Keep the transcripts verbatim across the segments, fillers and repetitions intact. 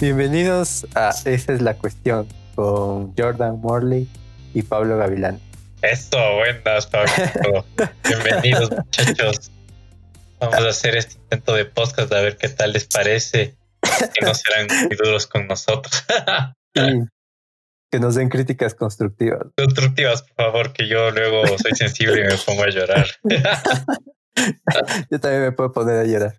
Bienvenidos a Esa es la cuestión con Jordan Morley y Pablo Gavilán. Esto, buenas, Pablo. Bienvenidos, muchachos. Vamos a hacer este intento de podcast a ver qué tal les parece. Que no serán muy duros con nosotros. Y que nos den críticas constructivas. Constructivas, por favor, que yo luego soy sensible y me pongo a llorar. Yo también me puedo poner a llorar.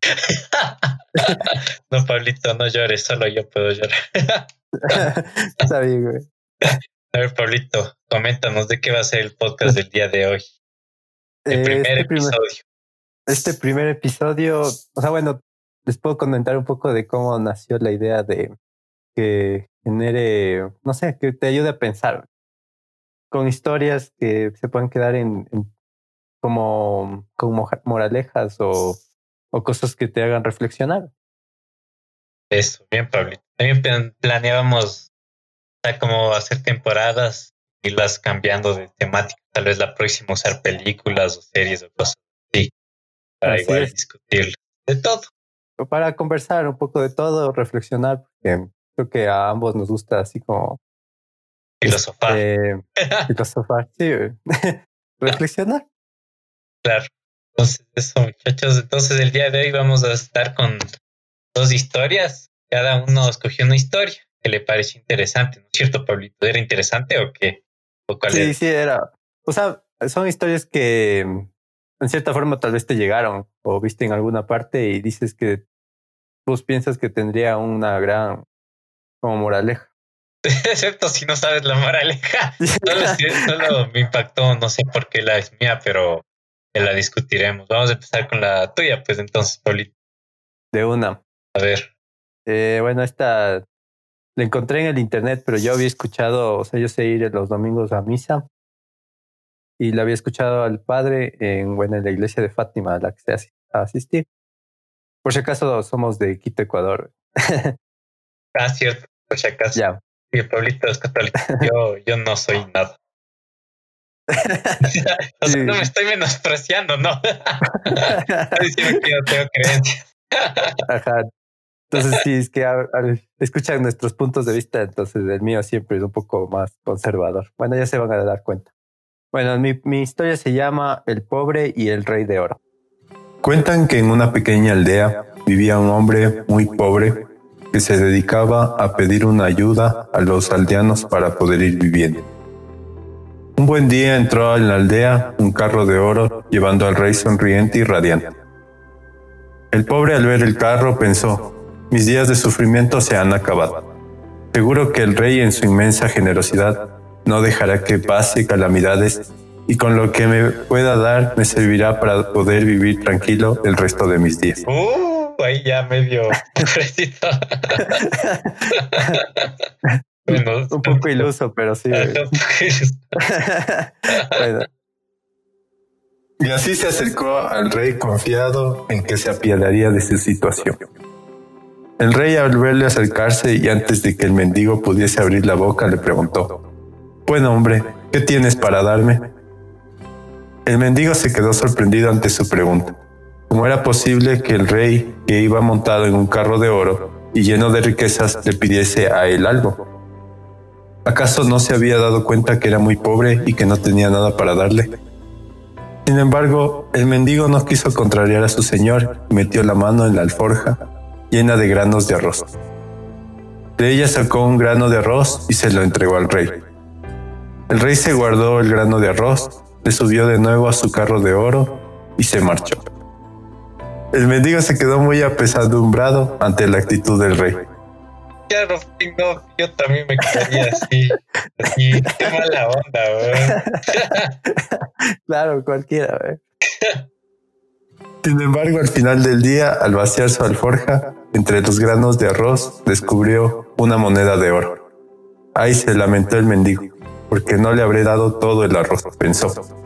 No, Pablito, no llores, solo yo puedo llorar. Está bien, güey. A ver, Pablito, coméntanos de qué va a ser el podcast del día de hoy. El Eh, primer este primer, episodio. este primer episodio, o sea, bueno, les puedo comentar un poco de cómo nació la idea de que genere, no sé, que te ayude a pensar con historias que se pueden quedar en, en como, como moralejas o, o cosas que te hagan reflexionar. Eso, bien, Pablito. También plan- planeábamos o sea, como hacer temporadas, irlas cambiando de temática. Tal vez la próxima usar películas o series o cosas así, para Así igual es, discutir de todo. para conversar un poco de todo, reflexionar, porque creo que a ambos nos gusta así como Filosofar, eh, filosofar, sí, reflexionar. claro. Entonces, eso, muchachos. Entonces, el día de hoy vamos a estar con dos historias. Cada uno escogió una historia que le pareció interesante, ¿no es cierto, Pablito? ¿Era interesante o qué? ¿O cuál era? Sí, sí, era. O sea, son historias que en cierta forma tal vez te llegaron o viste en alguna parte y dices que vos piensas que tendría una gran como moraleja. Excepto si no sabes la moraleja. Solo, solo me impactó, no sé por qué la es mía, pero la discutiremos. Vamos a empezar con la tuya, pues entonces, Paulito. De una. A ver. Eh, bueno, esta la encontré en el internet, pero yo había escuchado, o sea, yo sé ir los domingos a misa y la había escuchado al padre en, bueno, en la iglesia de Fátima a la que se asi- a asistir. Por si acaso somos de Quito, Ecuador. Ah, cierto, por si acaso. Ya. Sí, el Pablito es católico. Yo, yo no soy nada. O sea, no me Sí. estoy menospreciando, no. Estoy diciendo que yo no tengo creencias. Ajá. Entonces, sí, es que a- al- escuchan nuestros puntos de vista, entonces el mío siempre es un poco más conservador. Bueno, ya se van a dar cuenta. Bueno, mi, mi historia se llama El pobre y el rey de oro. Cuentan que en una pequeña aldea vivía un hombre muy pobre que se dedicaba a pedir una ayuda a los aldeanos para poder ir viviendo. Un buen día entró en la aldea un carro de oro llevando al rey sonriente y radiante. El pobre al ver el carro pensó, mis días de sufrimiento se han acabado. Seguro que el rey en su inmensa generosidad no dejará que pase calamidades y con lo que me pueda dar me servirá para poder vivir tranquilo el resto de mis días. Uh, ahí ya medio pobrecito. Bueno, Un poco iluso, pero sí. Bueno. Y así se acercó al rey confiado en que se apiadaría de su situación. El rey al verle acercarse y antes de que el mendigo pudiese abrir la boca le preguntó, bueno hombre, ¿qué tienes para darme? El mendigo se quedó sorprendido ante su pregunta. ¿Cómo era posible que el rey, que iba montado en un carro de oro y lleno de riquezas, le pidiese a él algo? ¿Acaso no se había dado cuenta que era muy pobre y que no tenía nada para darle? Sin embargo, el mendigo no quiso contrariar a su señor y metió la mano en la alforja llena de granos de arroz. De ella sacó un grano de arroz y se lo entregó al rey. El rey se guardó el grano de arroz, le subió de nuevo a su carro de oro y se marchó. El mendigo se quedó muy apesadumbrado ante la actitud del rey. Claro, no, yo también me quedaría así. Así, qué mala onda, weón. Claro, cualquiera, ¿eh? Sin embargo, al final del día, al vaciar su alforja, entre los granos de arroz, descubrió una moneda de oro. Ahí se lamentó el mendigo, porque no le habré dado todo el arroz, pensó.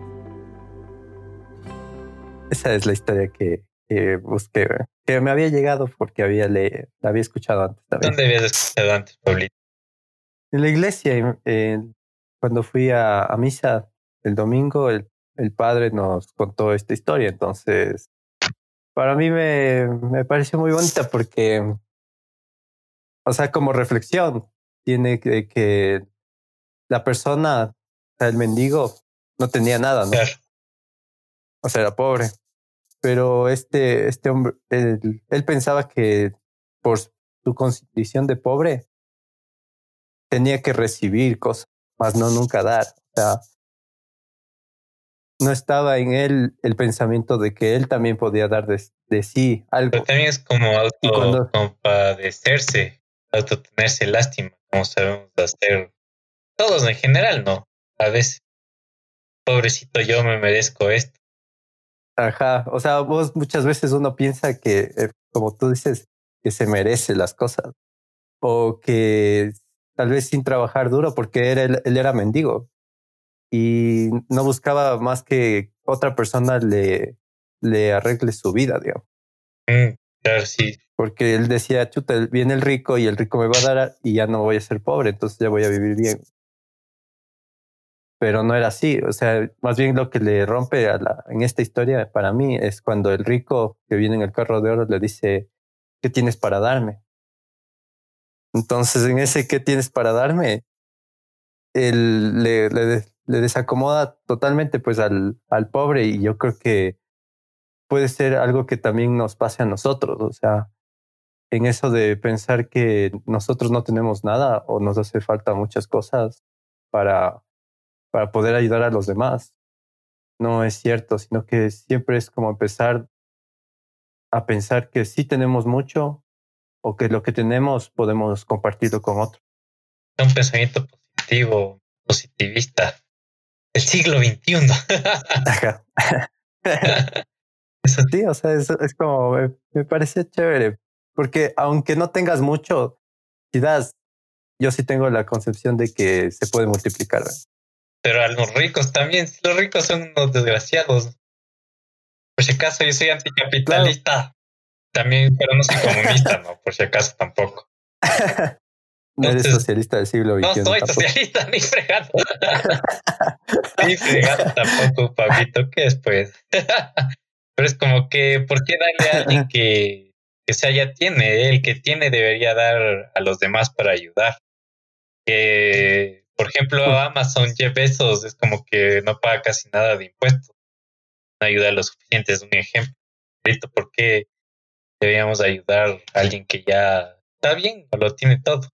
Esa es la historia que, que busqué, ¿eh? Que me había llegado porque había le, la había escuchado antes también. ¿Dónde habías escuchado antes, Pablito? En la iglesia, eh, cuando fui a, a misa el domingo, el, el padre nos contó esta historia, entonces para mí me, me pareció muy bonita porque o sea, como reflexión, tiene que, que la persona, o sea, el mendigo, no tenía nada, ¿no? Claro, O sea, era pobre. Pero este, este hombre, él, él pensaba que por su condición de pobre tenía que recibir cosas, más no nunca dar. O sea, no estaba en él el pensamiento de que él también podía dar de, de sí pero algo. también es como Y cuando, autocompadecerse, autotenerse lástima, como sabemos hacer todos en general, ¿no? A veces, pobrecito yo me merezco esto, ajá, o sea, vos muchas veces uno piensa que, eh, como tú dices, que se merece las cosas o que tal vez sin trabajar duro porque era, él, él era mendigo y no buscaba más que otra persona le, le arregle su vida, digamos. mm, claro, sí, Porque él decía, chuta, viene el rico y el rico me va a dar y ya no voy a ser pobre, entonces ya voy a vivir bien. Pero no era así, o sea, más bien lo que le rompe a la, en esta historia para mí es cuando el rico que viene en el carro de oro le dice, ¿qué tienes para darme? Entonces en ese ¿qué tienes para darme? Él le, le, le desacomoda totalmente pues al, al pobre y yo creo que puede ser algo que también nos pase a nosotros, o sea, en eso de pensar que nosotros no tenemos nada o nos hace falta muchas cosas para, para poder ayudar a los demás. No es cierto, sino que siempre es como empezar a pensar que sí tenemos mucho o que lo que tenemos podemos compartirlo con otros. un pensamiento positivo, positivista, el siglo veintiuno. Ajá. Eso, Sí, o sea, es, es como, me, me parece chévere, porque aunque no tengas mucho, si das, yo sí tengo la concepción de que se puede multiplicar. ¿Verdad? pero a los ricos también, si los ricos son unos desgraciados. Por si acaso yo soy Claro, anticapitalista, también, pero no soy comunista, no, por si acaso tampoco. no eres Entonces, socialista del siglo no veintiuno soy tampoco. socialista ni fregado, ni fregado tampoco, Pablito, ¿qué es pues? Pero es como que, ¿por qué darle a alguien que, que sea ya tiene? El que tiene debería dar a los demás para ayudar. Que, por ejemplo, Amazon, Jeff Bezos, es como que no paga casi nada de impuestos, no ayuda lo suficiente, es un ejemplo. ¿Por qué deberíamos ayudar a alguien que ya está bien o lo tiene todo?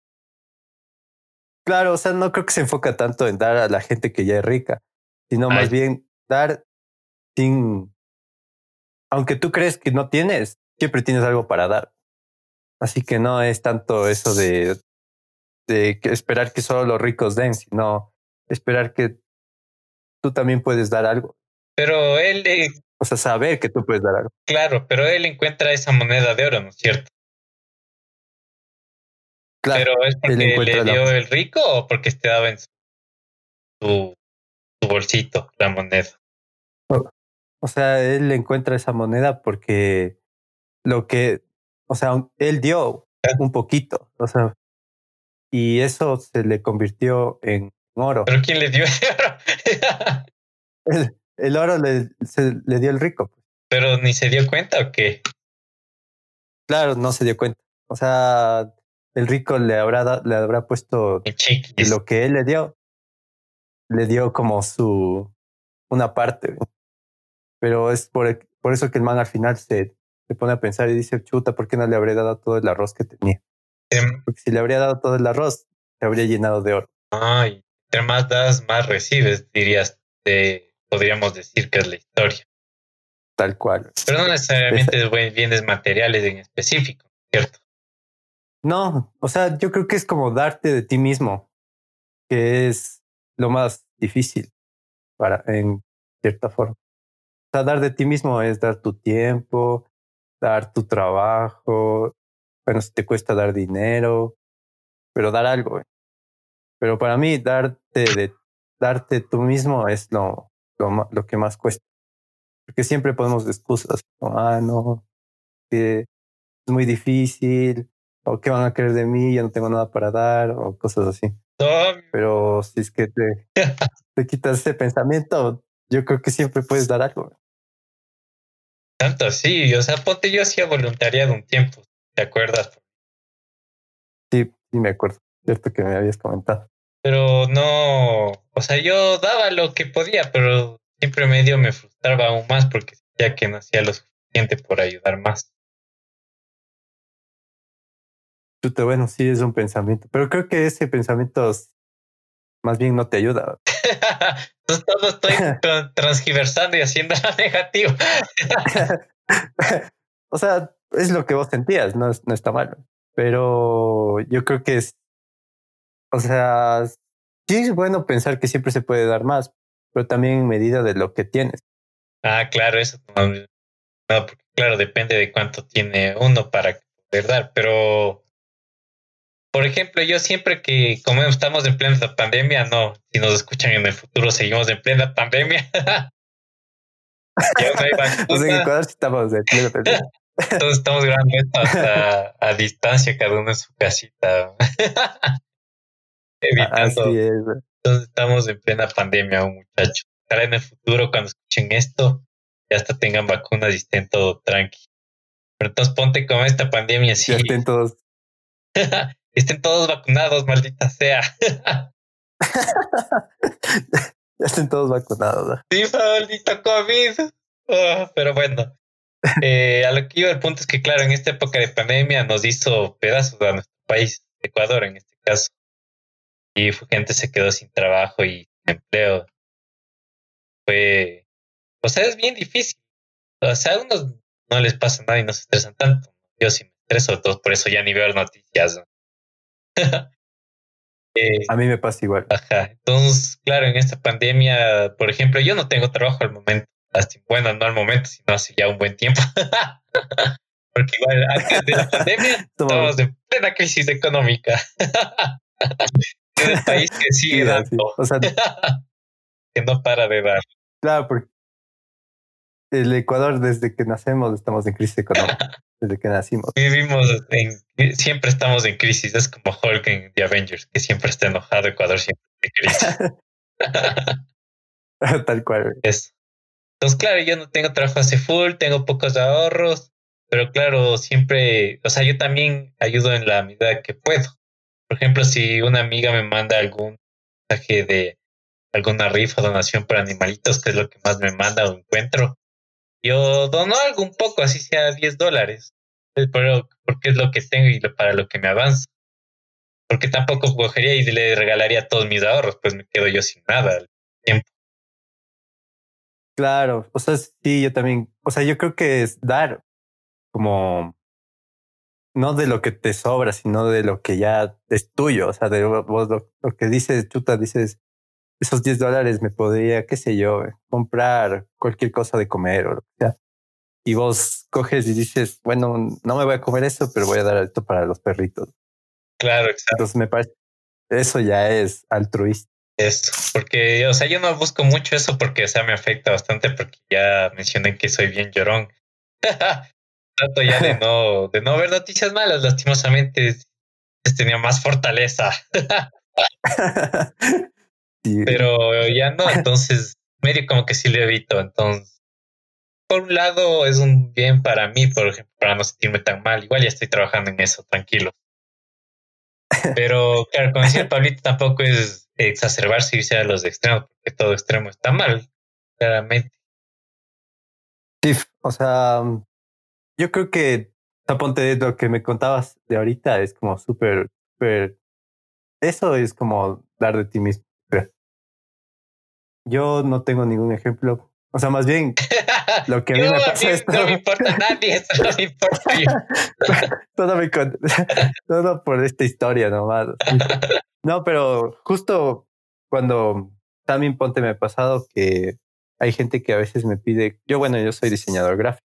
Claro, o sea, no creo que se enfoca tanto en dar a la gente que ya es rica, sino más Ay, bien dar sin, aunque tú crees que no tienes, siempre tienes algo para dar. Así que no es tanto eso de, de que esperar que solo los ricos den, sino esperar que tú también puedes dar algo. pero él, eh, O sea, saber que tú puedes dar algo. claro, pero él encuentra esa moneda de oro, ¿no es cierto? Claro, Pero es él porque le encuentra la... dio el rico o porque estaba en su, su bolsito la moneda. O sea, él encuentra esa moneda porque lo que, o sea, él dio un poquito, o sea, y eso se le convirtió en oro. Pero ¿quién le dio el oro? El, el oro le, se, le dio el rico. Pero ni se dio cuenta o qué. Claro, no se dio cuenta. O sea, el rico le habrá, da- le habrá puesto El de chiquis. lo que él le dio, le dio como su, una parte. Pero es por, por eso que el man al final se, se pone a pensar y dice, chuta, ¿por qué no le habría dado todo el arroz que tenía? Em, Porque si le habría dado todo el arroz, se habría llenado de oro, Ay, entre más das, más recibes, dirías. De, podríamos decir que es la historia. tal cual. Pero no Esa- necesariamente es buen- bienes materiales en específico, ¿cierto? no, o sea, yo creo que es como darte de ti mismo, que es lo más difícil para, en cierta forma. O sea, dar de ti mismo es dar tu tiempo, dar tu trabajo. Bueno, si te cuesta dar dinero, pero dar algo. ¿Eh? Pero para mí, darte de darte tú mismo es lo, lo, ma- lo que más cuesta. Porque siempre ponemos excusas. Como, ah, no, que es muy difícil, o qué van a creer de mí, yo no tengo nada para dar, o cosas así. No, Pero si es que te, te quitas ese pensamiento, yo creo que siempre puedes dar algo. tanto así, o sea, ponte yo hacía voluntariado un tiempo, ¿te acuerdas? sí me acuerdo. Cierto que me habías comentado. Pero no, o sea, yo daba lo que podía, pero siempre medio me frustraba aún más porque ya que no hacía lo suficiente por ayudar más. Chuta, bueno, sí es un pensamiento, pero creo que ese pensamiento más bien no te ayuda. Entonces todo estoy con- transgiversando y haciendo la negativa. O sea, es lo que vos sentías, no, es- no está mal. Pero yo creo que es, o sea, sí es bueno pensar que siempre se puede dar más, pero también en medida de lo que tienes. Ah, claro, eso no, no, porque claro, depende de cuánto tiene uno para poder dar, pero por ejemplo, yo siempre que, como estamos en plena pandemia, no, si nos escuchan en el futuro, seguimos en plena pandemia, y aún no hay O sea, en vacuna, Ecuador sí estamos de pleno pendiente. entonces estamos grabando esto hasta a distancia, cada uno en su casita, Así evitando. es. Entonces estamos en plena pandemia aún, muchachos. Ojalá en el futuro, cuando escuchen esto, ya hasta tengan vacunas y estén todo tranqui. Pero entonces ponte con esta pandemia Ya así, estén todos, estén todos vacunados, maldita sea. ya estén todos vacunados, ¿no? Sí, maldito COVID. Oh, pero bueno, eh, a lo que iba el punto es que, claro, en esta época de pandemia nos hizo pedazos a nuestro país, Ecuador en este caso, y gente se quedó sin trabajo y sin empleo. Fue, o sea, es bien difícil. O sea, a unos no les pasa nada y no se estresan tanto. Yo sí me estreso, todo por eso ya ni veo noticias, ¿no? Eh, A mí me pasa igual. ajá. Entonces, claro, en esta pandemia, por ejemplo, yo no tengo trabajo al momento. Hasta, bueno, no al momento, sino hace ya un buen tiempo. Porque igual antes de la pandemia Somos, estábamos en plena crisis económica. Es el país que sigue sí, así. dando, O sea, que no para de dar. claro, porque el Ecuador desde que nacemos estamos en crisis económica, desde que nacimos. Vivimos en, siempre estamos en crisis. Es como Hulk en The Avengers, que siempre está enojado. Ecuador siempre está en crisis. Tal cual. Eso. Entonces, claro, yo no tengo trabajo hace full, tengo pocos ahorros, pero claro, siempre, o sea, yo también ayudo en la medida que puedo. Por ejemplo, si una amiga me manda algún mensaje de alguna rifa, donación para animalitos, que es lo que más me manda o encuentro, yo dono algo un poco, así sea diez dólares, eh, pero porque es lo que tengo y lo- para lo que me avanza. Porque tampoco cogería y le regalaría todos mis ahorros, pues me quedo yo sin nada al tiempo. Claro, o sea, sí, yo también, o sea, yo creo que es dar como, no de lo que te sobra, sino de lo que ya es tuyo, o sea, de vos lo, lo que dices, chuta, dices, esos diez dólares me podría, qué sé yo, eh, comprar cualquier cosa de comer o lo que sea. Y vos coges y dices, bueno, no me voy a comer eso, pero voy a dar esto para los perritos. Claro, exacto. Entonces me parece, eso ya es altruista. Eso, porque, o sea, yo no busco mucho eso porque, o sea, me afecta bastante porque ya mencioné que soy bien llorón. Trato ya de no, de no ver noticias malas, lastimosamente, antes tenía más fortaleza, Sí, pero ya no, entonces, medio como que sí lo evito, entonces, por un lado es un bien para mí, por ejemplo, para no sentirme tan mal, igual ya estoy trabajando en eso, tranquilo. Pero, claro, como decía el Pablito, tampoco es exacerbarse y irse a los extremos, porque todo extremo está mal, claramente. sí, o sea, yo creo que ponte lo que me contabas de ahorita es como súper, súper, eso es como dar de ti mismo. Pero yo no tengo ningún ejemplo. O sea, más bien lo que a mí Yo, me a mí pasa es no me todo, importa nadie, eso no me importa yo. todo, me con- todo por esta historia nomás. Sí. No, pero justo cuando también ponte me ha pasado que hay gente que a veces me pide, yo bueno, yo soy diseñador gráfico.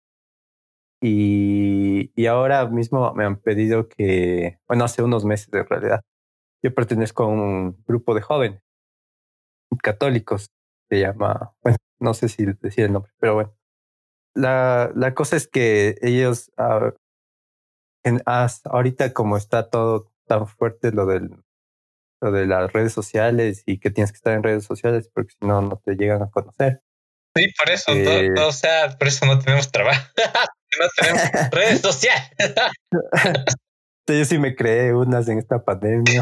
Y, y ahora mismo me han pedido que, bueno, hace unos meses en realidad, yo pertenezco a un grupo de jóvenes católicos, se llama, bueno, no sé si decir el nombre, pero bueno, la, la cosa es que ellos, ah, en- as- ahorita como está todo tan fuerte lo del, lo de las redes sociales y que tienes que estar en redes sociales porque si no, no te llegan a conocer. Sí, por eso, no, Eh, no, o sea, por eso no tenemos trabajo, no tenemos redes sociales. Yo sí me creé unas en esta pandemia,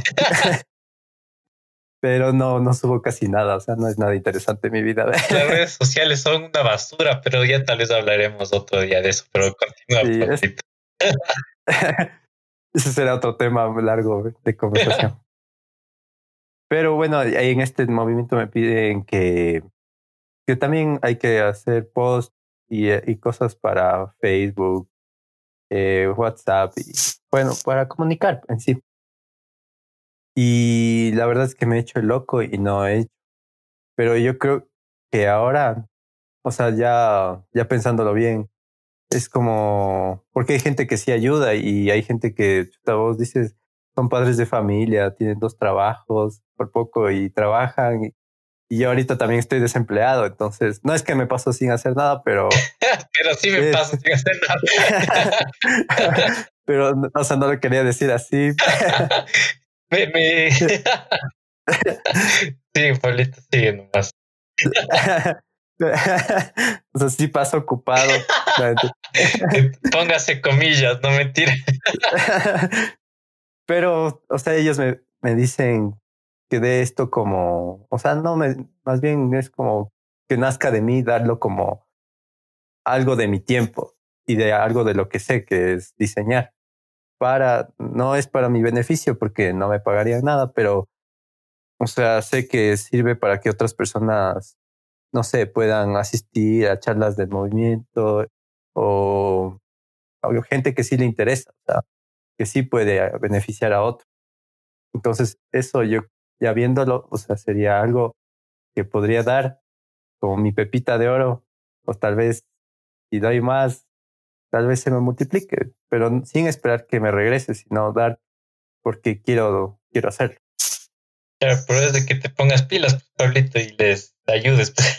pero no, no subo casi nada. O sea, no es nada interesante en mi vida. Las redes sociales son una basura, pero ya tal vez hablaremos otro día de eso. Pero continúa, Sí, es, Pablito. ese será otro tema largo de conversación. Pero bueno, ahí en este movimiento me piden que, que también hay que hacer posts y, eh, y cosas para Facebook, eh, WhatsApp y bueno, para comunicar en sí. Y la verdad es que me he hecho el loco y no he hecho. Pero yo creo que ahora, o sea, ya, ya pensándolo bien, es como, porque hay gente que sí ayuda y hay gente que, chuta, vos dices, son padres de familia, tienen dos trabajos por poco y trabajan. Y, y yo ahorita también estoy desempleado, entonces no es que me paso sin hacer nada, pero Pero sí me es, paso sin hacer nada. pero, o sea, no lo quería decir así. me, me... Sí, Pablito, sigue nomás. O sea, sí paso ocupado. Póngase comillas, no mentira. Pero, o sea, ellos me, me dicen que de esto como, o sea, no me, más bien es como que nazca de mí, darlo como algo de mi tiempo y de algo de lo que sé, que es diseñar. Para, no es para mi beneficio porque no me pagarían nada, pero, o sea, sé que sirve para que otras personas, no sé, puedan asistir a charlas del movimiento o, o gente que sí le interesa, o sea, que sí puede beneficiar a otros. Entonces, eso yo ya viéndolo, o sea, sería algo que podría dar como mi pepita de oro, o tal vez si doy más, tal vez se me multiplique, pero sin esperar que me regrese, sino dar porque quiero, quiero hacerlo. Claro, pero es de que te pongas pilas, pues, Pablito, y les ayudes. Pues.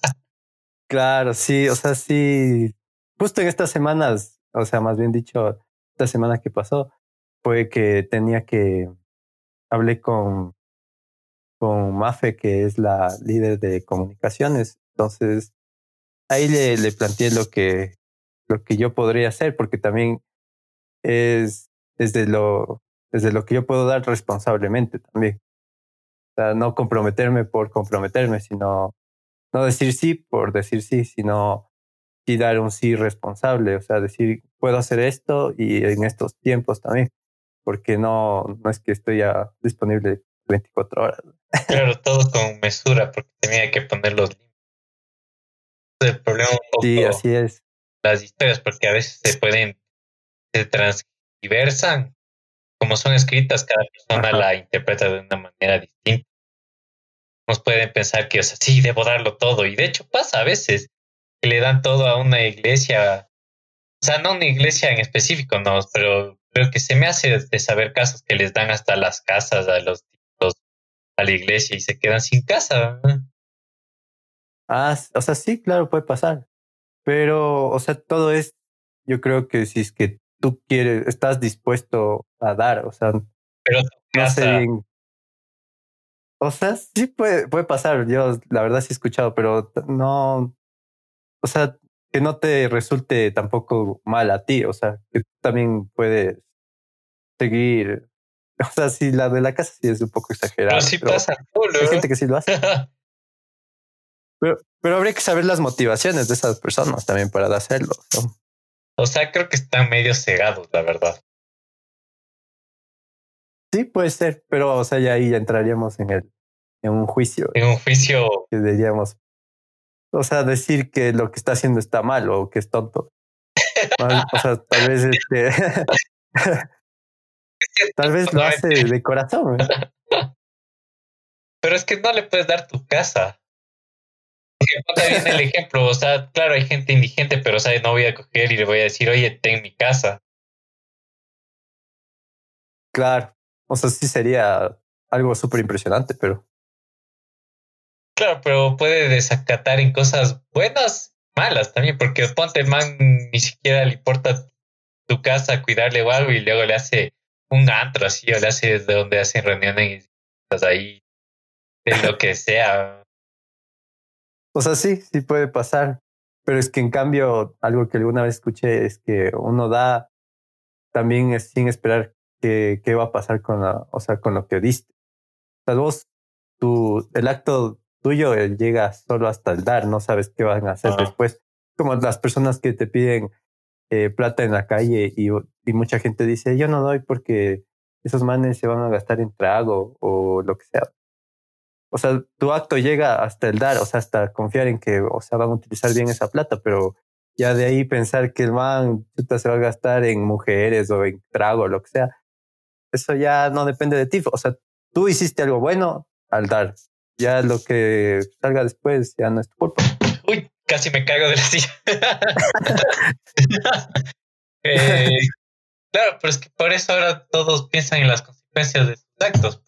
Claro, sí, o sea, sí, justo en estas semanas, o sea, más bien dicho, esta semana que pasó, fue que tenía que, hablé con, con Mafe, que es la líder de comunicaciones, entonces ahí le, le planteé lo que, lo que yo podría hacer, porque también es desde lo, desde lo que yo puedo dar responsablemente también. O sea, no comprometerme por comprometerme, sino no decir sí por decir sí, sino sí dar un sí responsable. O sea, decir, puedo hacer esto y en estos tiempos también, porque no, no es que estoy ya disponible veinticuatro horas. Claro, todo con mesura, porque tenía que poner los límites. El problema un Sí, poco así es. las historias, porque a veces se pueden, se transgiversan. Como son escritas, cada persona Ajá. la interpreta de una manera distinta. Nos pueden pensar que, o sea, sí, debo darlo todo. Y de hecho pasa a veces que le dan todo a una iglesia. O sea, no una iglesia en específico, no, pero creo que se me hace de saber casos que les dan hasta las casas a los tipos, a la iglesia y se quedan sin casa. ¿No? Ah, o sea, sí, claro, puede pasar. Pero, o sea, todo es, yo creo que si es que tú quieres, estás dispuesto a dar, o sea, Pero tu no sé casa, bien. O sea, sí puede, puede pasar. Yo, la verdad, sí he escuchado, pero no, o sea, que no te resulte tampoco mal a ti. O sea, que tú también puedes seguir. O sea, sí, la de la casa sí es un poco pero exagerada, sí pero pasa full, hay ¿no? gente que sí lo hace. Pero, pero habría que saber las motivaciones de esas personas también para hacerlo, ¿no? O sea, creo que están medio cegados, la verdad. Sí, puede ser, pero, o sea, ya ahí ya entraríamos en el, en un juicio En un juicio, que diríamos, o sea, decir que lo que está haciendo está mal o que es tonto. Más- O sea, tal vez este, tal vez lo no hace mentira. de corazón. ¿Eh? Pero es que no le puedes dar tu casa. Porque ponte bien el ejemplo, o sea, claro, hay gente indigente, pero o sea, no voy a coger y le voy a decir, oye, ten mi casa. Claro. O sea, sí sería algo súper impresionante, pero Claro, pero puede desacatar en cosas buenas, malas también, porque ponte el man ni siquiera le importa tu casa, cuidarle o algo, y luego le hace un antro así, o le hace de donde hacen reuniones y estás ahí, de lo que sea. o sea, sí, sí puede pasar. Pero es que en cambio, algo que alguna vez escuché es que uno da también es sin esperar qué, qué va a pasar con la, o sea, con lo que diste. O sea, vos, tu, el acto tuyo eh, llega solo hasta el dar, no sabes qué van a hacer Ah, después. Como las personas que te piden eh, plata en la calle y, y mucha gente dice, yo no doy porque esos manes se van a gastar en trago o lo que sea. O sea, tu acto llega hasta el dar, o sea, hasta confiar en que, o sea, van a utilizar bien esa plata, pero ya de ahí pensar que el man chuta, se va a gastar en mujeres o en trago o lo que sea, eso ya no depende de ti. O sea, tú hiciste algo bueno al dar. Ya lo que salga después ya no es tu culpa. uy, casi me caigo de la silla. eh, claro, pero es que por eso ahora todos piensan en las consecuencias de sus actos.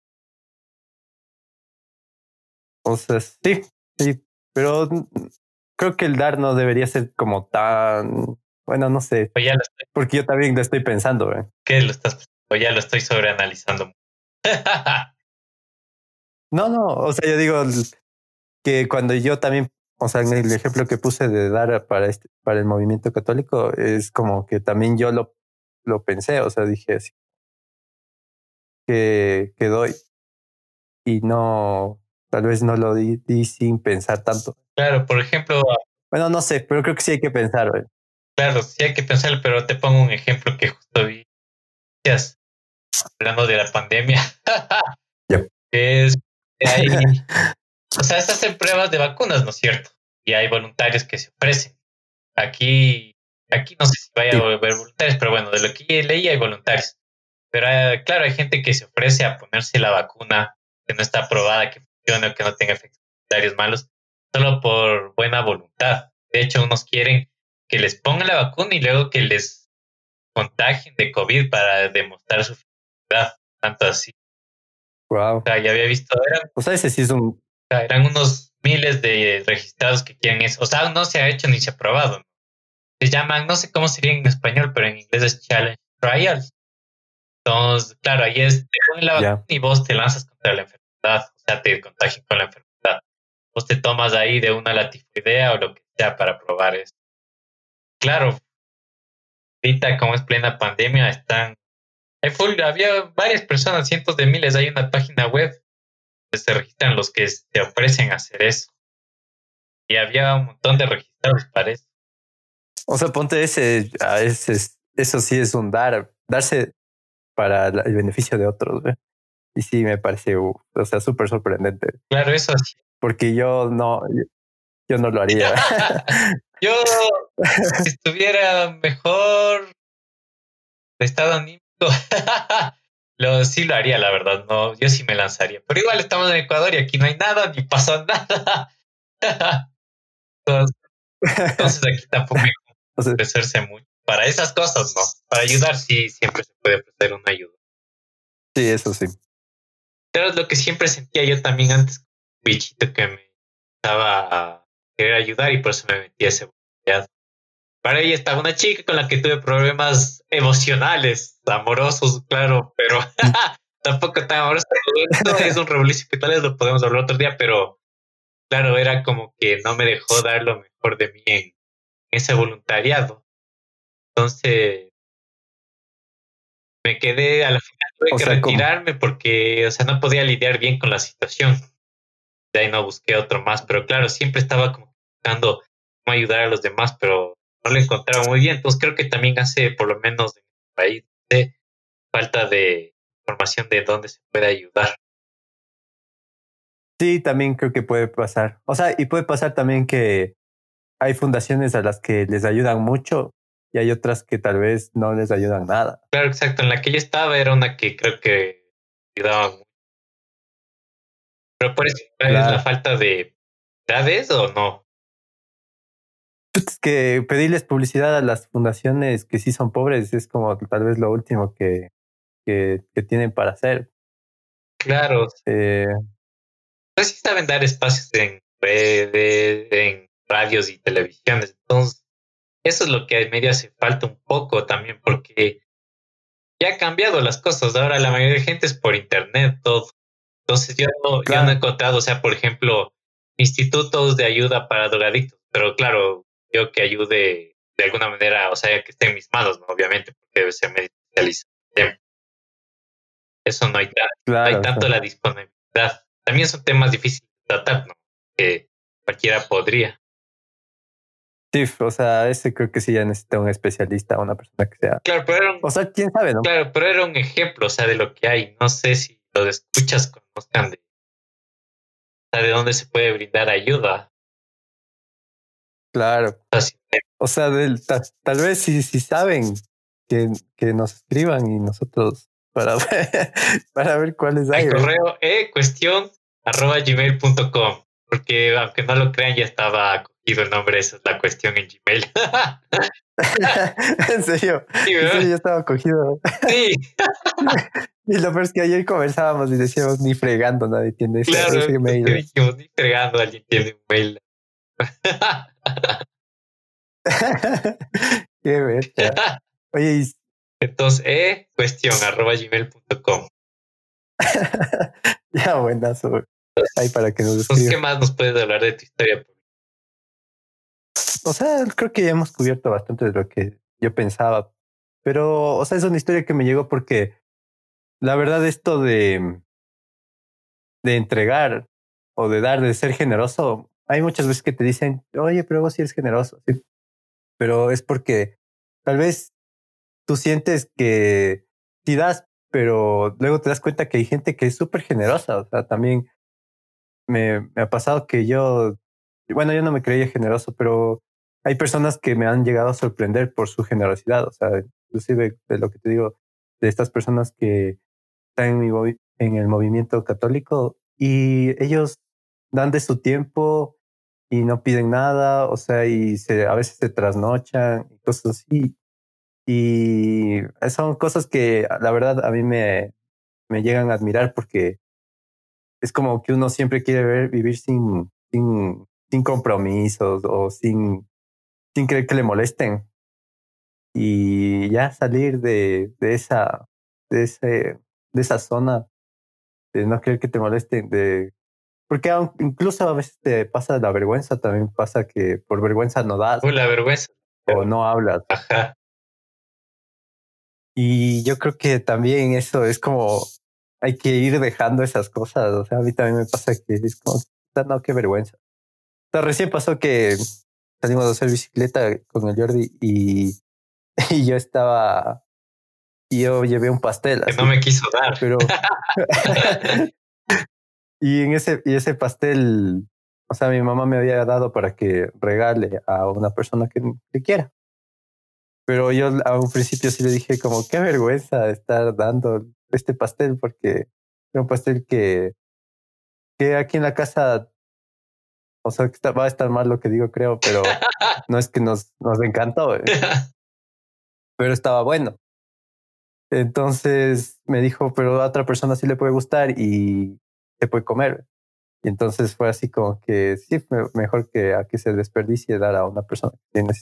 O sea, sí, sí, pero creo que el dar no debería ser como tan, bueno, no sé, O ya lo estoy, porque yo también lo estoy pensando, ¿eh? ¿qué lo estás? O ya lo estoy sobreanalizando. No, no, o sea, yo digo que cuando yo también, o sea, en el ejemplo que puse de dar para este, para el movimiento católico, es como que también yo lo, lo pensé, o sea, dije así, que, que doy y no, tal vez no lo di, di sin pensar tanto. Claro, por ejemplo, Bueno, no sé, pero creo que sí hay que pensar, ¿eh? claro, sí hay que pensar, pero te pongo un ejemplo que justo vi hablando de la pandemia. Yep. Es que hay, o sea, se hacen pruebas de vacunas, ¿no es cierto? Y hay voluntarios que se ofrecen. Aquí, aquí no sé si vaya a Sí, haber voluntarios, pero bueno, de lo que leí hay voluntarios. Pero eh, claro, hay gente que se ofrece a ponerse la vacuna que no está aprobada, que funcione o que no tenga efectos secundarios malos, solo por buena voluntad. De hecho, unos quieren que les pongan la vacuna y luego que les contagien de COVID para demostrar su efectividad. Tanto así. O wow. sea, ya había visto, eran, O sea, ese sí es un, eran unos miles de registrados que quieren eso. O sea, no se ha hecho ni se ha aprobado, ¿no? Se llaman, no sé cómo sería en español, pero en inglés es Challenge Trials. Entonces, claro, ahí es, te ponen la vacuna ya. y vos te lanzas contra la enfermedad, o sea, te contagian con la enfermedad. Vos te tomas ahí de una la tifoidea o lo que sea para probar eso. Claro, ahorita como es plena pandemia, están, hay full, había varias personas, cientos de miles, hay una página web donde se registran los que se ofrecen a hacer eso. Y había un montón de registrados para eso. O sea, ponte ese, a ese, eso sí es un dar, darse para la- el beneficio de otros, ¿ve? Y sí me parece, uh, o sea, súper sorprendente, Claro, eso sí. porque yo no, yo, yo no lo haría. Yo, si estuviera mejor de estado anímico, lo, sí lo haría, la verdad. No, yo sí me lanzaría. Pero igual estamos en Ecuador y aquí no hay nada, ni pasó nada. Entonces, entonces aquí tampoco hay que O sea, ofrecerse mucho. Para esas cosas, no. Para ayudar, sí, siempre se puede ofrecer una ayuda. sí, eso sí. Pero es lo que siempre sentía yo también antes, un bichito que me estaba a querer ayudar y por eso me metí a ese voluntariado. Para ella estaba una chica con la que tuve problemas emocionales, amorosos, claro, pero tampoco tan amorosos. Esto es un revolución que tal vez lo podemos hablar otro día, pero claro, era como que no me dejó dar lo mejor de mí en ese voluntariado. Entonces me quedé, a la final tuve O que sea, como, retirarme porque, o sea, no podía lidiar bien con la situación. De ahí no busqué otro más, pero claro, siempre estaba como buscando cómo ayudar a los demás, pero no lo encontraba muy bien. Entonces creo que también hace, por lo menos en el país, de falta de información de dónde se puede ayudar. sí, también creo que puede pasar. O sea, y puede pasar también que hay fundaciones a las que les ayudan mucho y hay otras que tal vez no les ayudan nada. Claro, exacto. En la que yo estaba era una que creo que ayudaba mucho. Pero por eso es la Claro. falta de edades o no. Es que pedirles publicidad a las fundaciones que sí son pobres es como tal vez lo último que, que, que tienen para hacer. Claro, Eh, pues sí saben dar espacios en redes, en radios y televisiones. Entonces, eso es lo que a medio hace falta un poco también, porque ya ha cambiado las cosas. Ahora la mayoría de gente es por internet, todo. Entonces yo no, yo no he claro, encontrado, o sea, por ejemplo, institutos de ayuda para drogadictos, pero claro, yo que ayude de alguna manera, o sea, que esté en mis manos, ¿no? Obviamente, porque debe ser medio especialista. Eso no hay, ta- no hay Claro, o tanto sea, la disponibilidad. También son temas difíciles de tratar, ¿no? Que cualquiera podría. sí, o sea, ese creo que sí ya necesita un especialista, una persona que sea. Claro, pero era un, O sea, quién sabe, ¿no? claro, pero era un ejemplo, o sea, de lo que hay. No sé si los escuchas conozcan de, o sea, de dónde se puede brindar ayuda Claro. fácilmente. O sea, del- ta- tal vez si, si saben que, que nos escriban y nosotros para ver, para ver cuáles Al hay, ¿ves? correo e cuestión arroba gmail punto com, porque aunque no lo crean, ya estaba cogido el nombre, esa es la cuestión en Gmail. En serio, Sí, en serio ¿verdad? yo estaba cogido. Sí, Y lo peor es que ayer conversábamos y decíamos ni fregando, nadie tiene ese, claro, ese es que email. dijimos, ni fregando, alguien tiene un mail. Qué verga. Oye, y- Entonces, e cuestión arroba gmail punto com. ya buenazo. Ahí para que nos Entonces, ¿qué escriban. más nos puedes hablar de tu historia? O sea, creo que ya hemos cubierto bastante de lo que yo pensaba. Pero, o sea, es una historia que me llegó porque la verdad esto de, de entregar o de dar, de ser generoso, hay muchas veces que te dicen, oye, pero vos sí eres generoso. Sí, pero es porque tal vez tú sientes que sí das, pero luego te das cuenta que hay gente que es súper generosa. O sea, también me, me ha pasado que yo, bueno, yo no me creía generoso, pero hay personas que me han llegado a sorprender por su generosidad. O sea, inclusive de lo que te digo, de estas personas que están en, mi movi- en el movimiento católico y ellos dan de su tiempo y no piden nada, o sea, y se, a veces se trasnochan y cosas así. Y son cosas que la verdad a mí me, me llegan a admirar porque es como que uno siempre quiere ver, vivir sin, sin, sin compromisos o sin, sin querer que le molesten y ya salir de, de esa, de ese, de esa zona de no querer que te molesten, de porque aun- incluso a veces te pasa la vergüenza, también pasa que por vergüenza no das Uy, la vergüenza. o no hablas. Ajá. Y yo creo que también eso es como hay que ir dejando esas cosas. O sea, a mí también me pasa que es como, "Puta, no, qué vergüenza". O sea, recién pasó que salimos a hacer bicicleta con el Jordi y, y yo estaba, y yo llevé un pastel Que no así, me quiso dar. pero, y en ese, y ese pastel, o sea, mi mamá me había dado para que regale a una persona que, que quiera. Pero yo a un principio sí le dije como, qué vergüenza estar dando este pastel porque era un pastel que, que aquí en la casa, o sea, que está- va a estar mal lo que digo, creo, pero no es que nos, nos encantó, eh, pero estaba bueno. Entonces me dijo, pero a otra persona sí le puede gustar y se puede comer. Y entonces fue así como que sí, me- mejor que a que se desperdicie dar a una persona que tiene.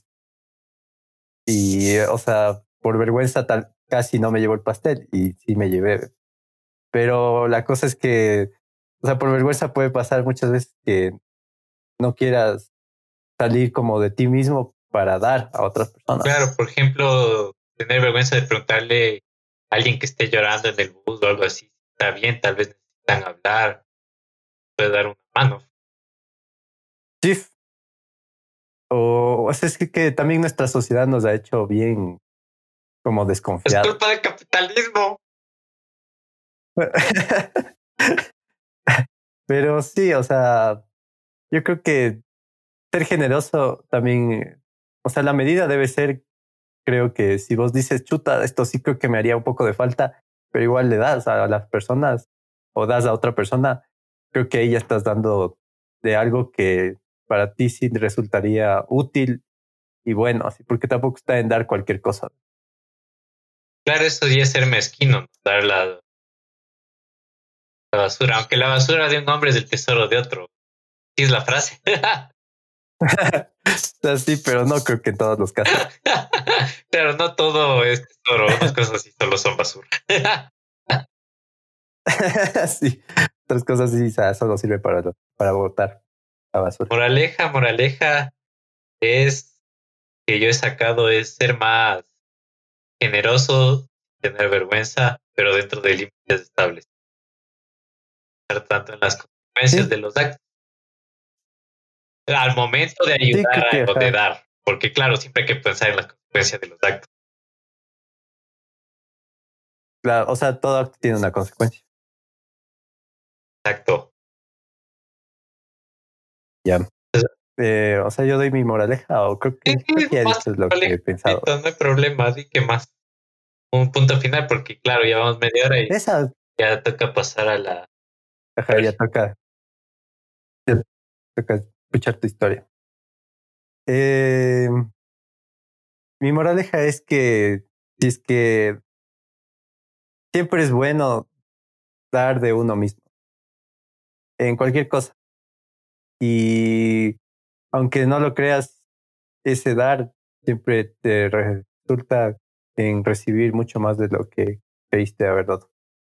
Y, eh, o sea, por vergüenza tal, casi no me llevó el pastel y sí me llevé. Pero la cosa es que, o sea, por vergüenza puede pasar muchas veces que no quieras salir como de ti mismo para dar a otras personas. Claro, por ejemplo, tener vergüenza de preguntarle a alguien que esté llorando en el bus o algo así, si está bien, tal vez necesitan hablar, puede dar una mano. Sí. O, o sea, es que, que también nuestra sociedad nos ha hecho bien como Es desconfiados. culpa del capitalismo. Pero sí, o sea, yo creo que ser generoso también, o sea, la medida debe ser, creo que si vos dices, chuta, esto sí creo que me haría un poco de falta, pero igual le das a las personas o das a otra persona, creo que ahí ya estás dando de algo que para ti sí resultaría útil y bueno, así, porque tampoco está en dar cualquier cosa. Claro, eso ya es ser mezquino, ¿no? Dar la, la basura, aunque la basura de un hombre es el tesoro de otro. Sí es la frase. Sí, pero no creo que en todos los casos. Claro, no todo es tesoro, unas cosas sí solo son basura. Sí, otras cosas sí, o sea, solo sirve para, para botar la basura. Moraleja, moraleja es que yo he sacado es ser más generoso, tener vergüenza, pero dentro de límites estables. Tanto en las consecuencias Sí, de los actos, al momento de sí, ayudar creo que, a, o de ajá, dar, porque claro, siempre hay que pensar en las consecuencias de los actos. claro, o sea, todo acto tiene una consecuencia. Exacto. Ya. Eh, o sea, yo doy mi moraleja o creo Sí, que, creo sí, que ya he más dicho lo que he pensado. no hay problema, di que más. Un punto final, porque claro, ya vamos media hora y Esa, ya toca pasar a la... ajá, ya toca, ya toca escuchar tu historia. Eh, mi moraleja es que si es que siempre es bueno dar de uno mismo en cualquier cosa. Y aunque no lo creas, ese dar siempre te resulta en recibir mucho más de lo que creíste haber dado.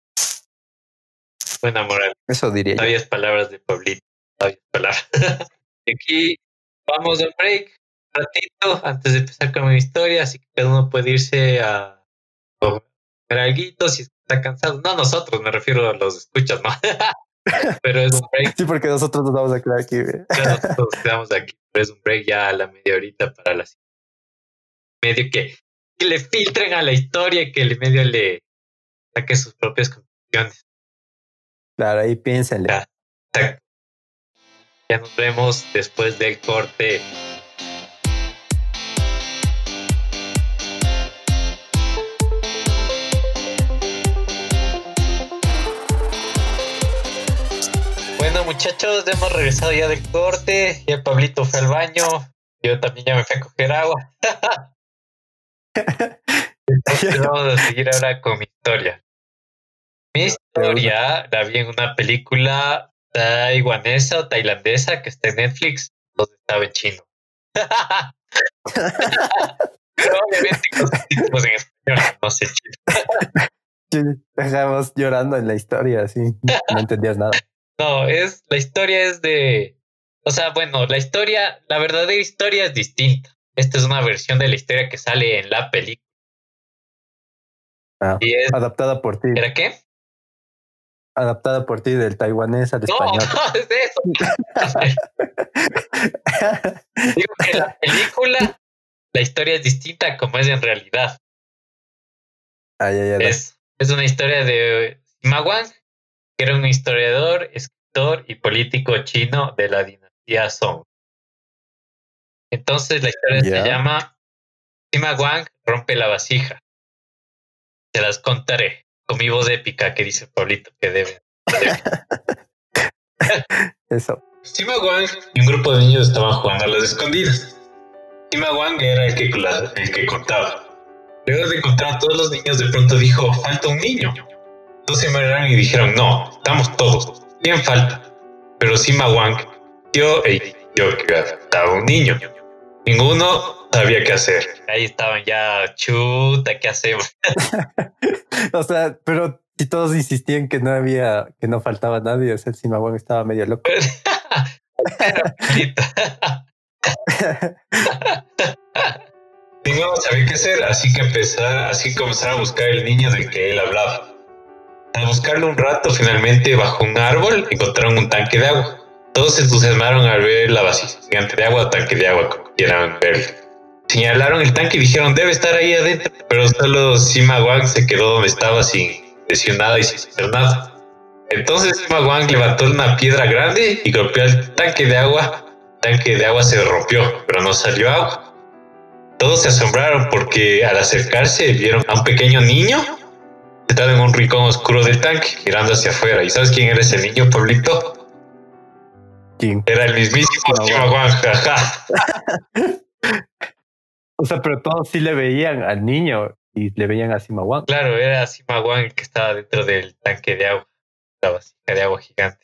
Buena moral. Eso diría yo. Sabias palabras de Pablito. Sabias palabras. Y aquí vamos al break un ratito antes de empezar con mi historia, así que cada uno puede irse a comer alguito si está cansado. No nosotros, me refiero a los escuchas, ¿no? Pero es un break. Sí, porque nosotros nos vamos a quedar aquí. Claro, nosotros nos quedamos aquí, pero es un break ya a la media horita para las medio que, que le filtren a la historia, que el medio le saque sus propias conclusiones. Claro, ahí piénsenle. Ya, exacto. Ya nos vemos después del corte. Bueno, muchachos, ya hemos regresado ya del corte. Ya Pablito fue al baño. Yo también ya me fui a coger agua. Entonces vamos a seguir ahora con mi historia. Mi historia la vi en una película taiwanesa o tailandesa que está en Netflix, donde estaba en chino. Pero obviamente con subtítulos en español, no sé chino. Dejamos llorando en la historia, así. No entendías nada. No, es, la historia es de, o sea, bueno, la historia, la verdadera historia es distinta. Esta es una versión de la historia que sale en la película. Ah, Y es, adaptada por ti. ¿era qué? Adaptada por ti del taiwanés al No, español. no, es de eso. Digo que la película, la historia es distinta como es en realidad. Ay, ay, ay, Es, es una historia de Sima Wang, que era un historiador, escritor y político chino de la dinastía Song. Entonces la historia se ya. llama Sima Wang rompe la vasija. Te las contaré con mi voz épica que dice Pablito que debe. Eso. Sima Wang y un grupo de niños estaban jugando a las escondidas. Sima Wang era el que, el que contaba. Luego de contar a todos los niños, de pronto dijo, falta un niño. Todos se miraron y dijeron, no, estamos todos. ¿Quién falta? Pero Sima Wang, yo e yo que faltaba un niño. Ninguno sabía qué hacer. Ahí estaban ya, chuta, ¿qué hacemos? O sea, pero si todos insistían que no había, que no faltaba nadie, o sea, el Simawang estaba medio loco. Ninguno sabía qué hacer, así que empezar, así comenzaron a buscar el niño del que él hablaba. Al buscarlo un rato, finalmente bajo un árbol encontraron un tanque de agua. Todos se entusiasmaron al ver la vasija gigante de agua o tanque de agua, como quieran verlo. Señalaron el tanque y dijeron, debe estar ahí adentro, pero solo Sima Wang se quedó donde estaba sin decir nada y sin hacer nada. Entonces Sima Wang levantó una piedra grande y golpeó el tanque de agua. El tanque de agua se rompió, pero no salió agua. Todos se asombraron porque al acercarse vieron a un pequeño niño sentado en un rincón oscuro del tanque, mirando hacia afuera. ¿Y sabes quién era ese niño, Pablito? ¿Quién? Era el mismísimo Sima Wang, jaja. O sea, pero todos sí le veían al niño y le veían a Simawang. Claro, era Sima Wang el que estaba dentro del tanque de agua, la vasija de agua gigante.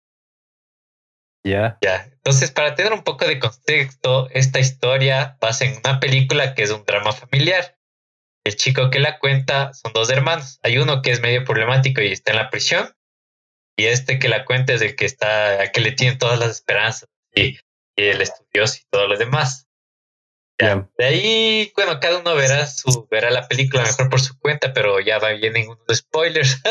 Ya. Ya, entonces para tener un poco de contexto, esta historia pasa en una película que es un drama familiar. El chico que la cuenta son dos hermanos. Hay uno que es medio problemático y está en la prisión. Y este que la cuenta es el que está, a que le tienen todas las esperanzas. Y, y el estudioso y todo lo demás. Ya. Ya. De ahí, bueno, cada uno verá su, verá la película mejor por su cuenta, pero ya va, vienen unos spoilers.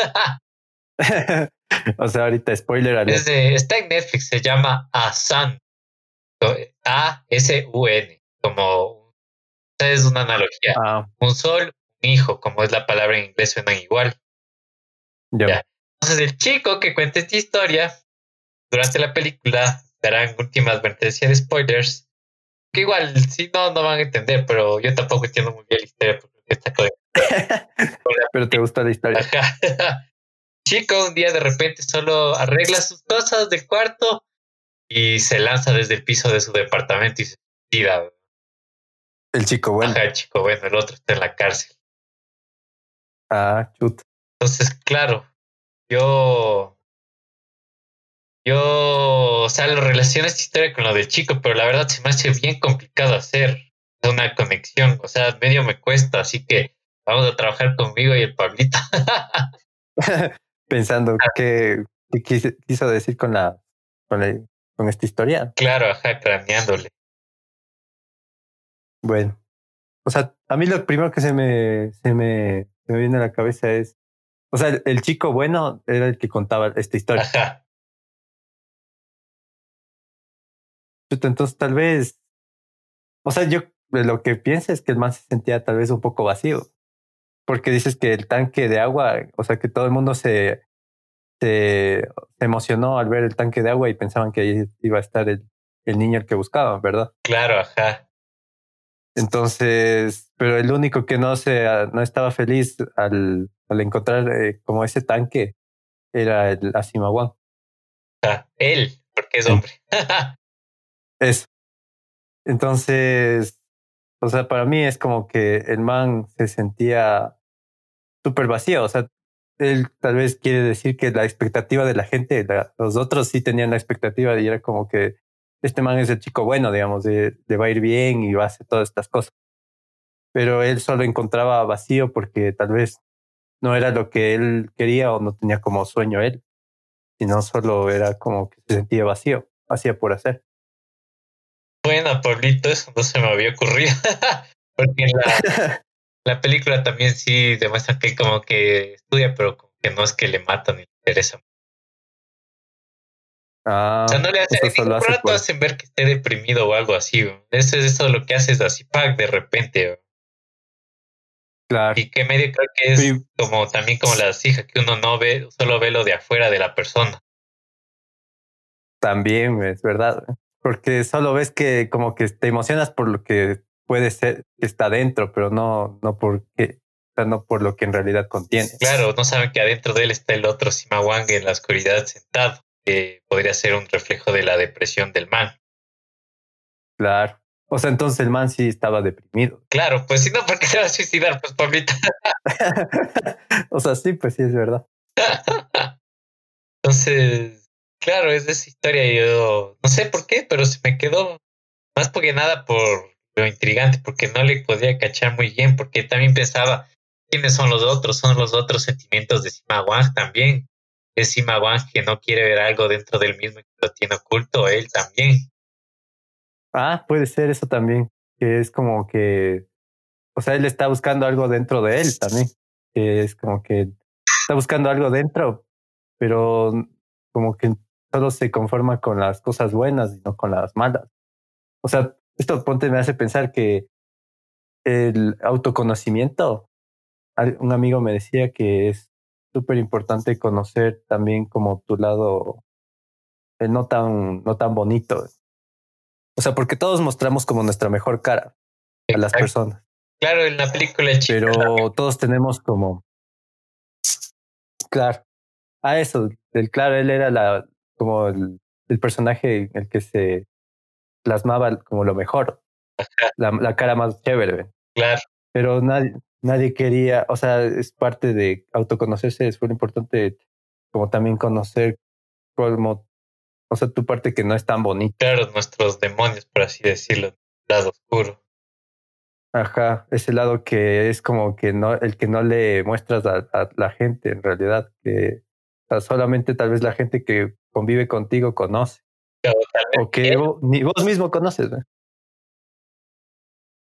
O sea, ahorita spoiler Es alert. de, está en Netflix, se llama A Sun, A S U N, como es una analogía. Ah, Un sol, un hijo, como es la palabra en inglés, suenan igual. ya. Ya. Entonces, el chico que cuenta esta historia durante la película darán últimas advertencias de spoilers. Que igual, si no, no van a entender, pero yo tampoco entiendo muy bien la historia porque está con la Pero te gusta la historia. Ajá. Chico un día de repente solo arregla sus cosas del cuarto y se lanza desde el piso de su departamento y se tira. El chico bueno. Ajá, chico, bueno, el otro está en la cárcel. Ah, chut. Entonces, claro, yo, yo, o sea, lo relaciono esta historia con lo del chico, pero la verdad se me hace bien complicado hacer una conexión. O sea, medio me cuesta, así que vamos a trabajar conmigo y el Pablito. Pensando qué, qué quise- quiso decir con la, con la- con esta historia. Claro, ajá, craneándole. Bueno, o sea, a mí lo primero que se me, se me, se me viene a la cabeza es, o sea, el, el chico bueno era el que contaba esta historia. Ajá, Chuta, entonces tal vez, o sea, yo de lo que pienso es que el man se sentía tal vez un poco vacío, porque dices que el tanque de agua, o sea, que todo el mundo se, se, se emocionó al ver el tanque de agua y pensaban que ahí iba a estar el, el niño al que buscaban, ¿verdad? claro, ajá. Entonces, pero el único que no se no estaba feliz al, al encontrar eh, como ese tanque era el Asimawan. Ajá. Él, porque es En- hombre. Eso. Entonces, o sea, para mí es como que el man se sentía súper vacío. O sea, él tal vez quiere decir que la expectativa de la gente, la- los otros sí tenían la expectativa y era como que este man es el chico bueno, digamos, de, de va a ir bien y va a hacer todas estas cosas. Pero él solo encontraba vacío porque tal vez no era lo que él quería o no tenía como sueño él, sino solo era como que se sentía vacío, hacía por hacer. Bueno, Pablito, eso no se me había ocurrido. Porque en la, la película también sí demuestran que como que estudia, pero como que no es que le matan ni le interesa. O sea, Ah, no le o hace, sea, en solo ningún hace rato por... hacen ver que esté deprimido o algo así. ¿No? Eso es eso lo que hace es así, pack, de repente. ¿No? Claro. Y que medio creo que es Y como también como las hijas, que uno no ve, solo ve lo de afuera de la persona. también es verdad, porque solo ves que como que te emocionas por lo que puede ser que está dentro, pero no, no porque, o sea, no por lo que en realidad contiene. Claro, no saben que adentro de él está el otro Simawang en la oscuridad sentado, que podría ser un reflejo de la depresión del man. Claro. O sea, entonces el man sí estaba deprimido. Claro, pues si no, ¿por qué se va a suicidar? Pues Pablito. O sea, sí, pues sí es verdad. Entonces, claro, es de esa historia. Y yo no sé por qué, pero se me quedó más porque nada por lo intrigante, porque no le podía cachar muy bien, porque también pensaba, ¿quiénes son los otros? Son los otros sentimientos de Sima Wang también. Es Sima Wang que no quiere ver algo dentro del mismo y que lo tiene oculto, él también. Ah, puede ser eso también, que es como que, o sea, él está buscando algo dentro de él también, que es como que está buscando algo dentro, pero como que solo se conforma con las cosas buenas y no con las malas. O sea, esto ponte me hace pensar que el autoconocimiento, al- un amigo me decía que es súper importante conocer también como tu lado, el no tan, no tan bonito. O sea, porque todos mostramos como nuestra mejor cara a las Exacto. personas, Claro, en la película chica, pero todos tenemos como, claro, a eso, el claro, él era la, como el, el personaje el que se plasmaba como lo mejor, la, la cara más chévere, claro, pero nadie, nadie quería, o sea, es parte de autoconocerse, es muy importante como también conocer como, o sea, tu parte que no es tan bonita. claro, nuestros demonios, por así decirlo, lado oscuro. Ajá, ese lado que es como que no, el que no le muestras a, a la gente en realidad, que o sea, solamente tal vez la gente que convive contigo conoce, Pero tal vez o ni él, que vo- ni vos mismo conoces, ¿no?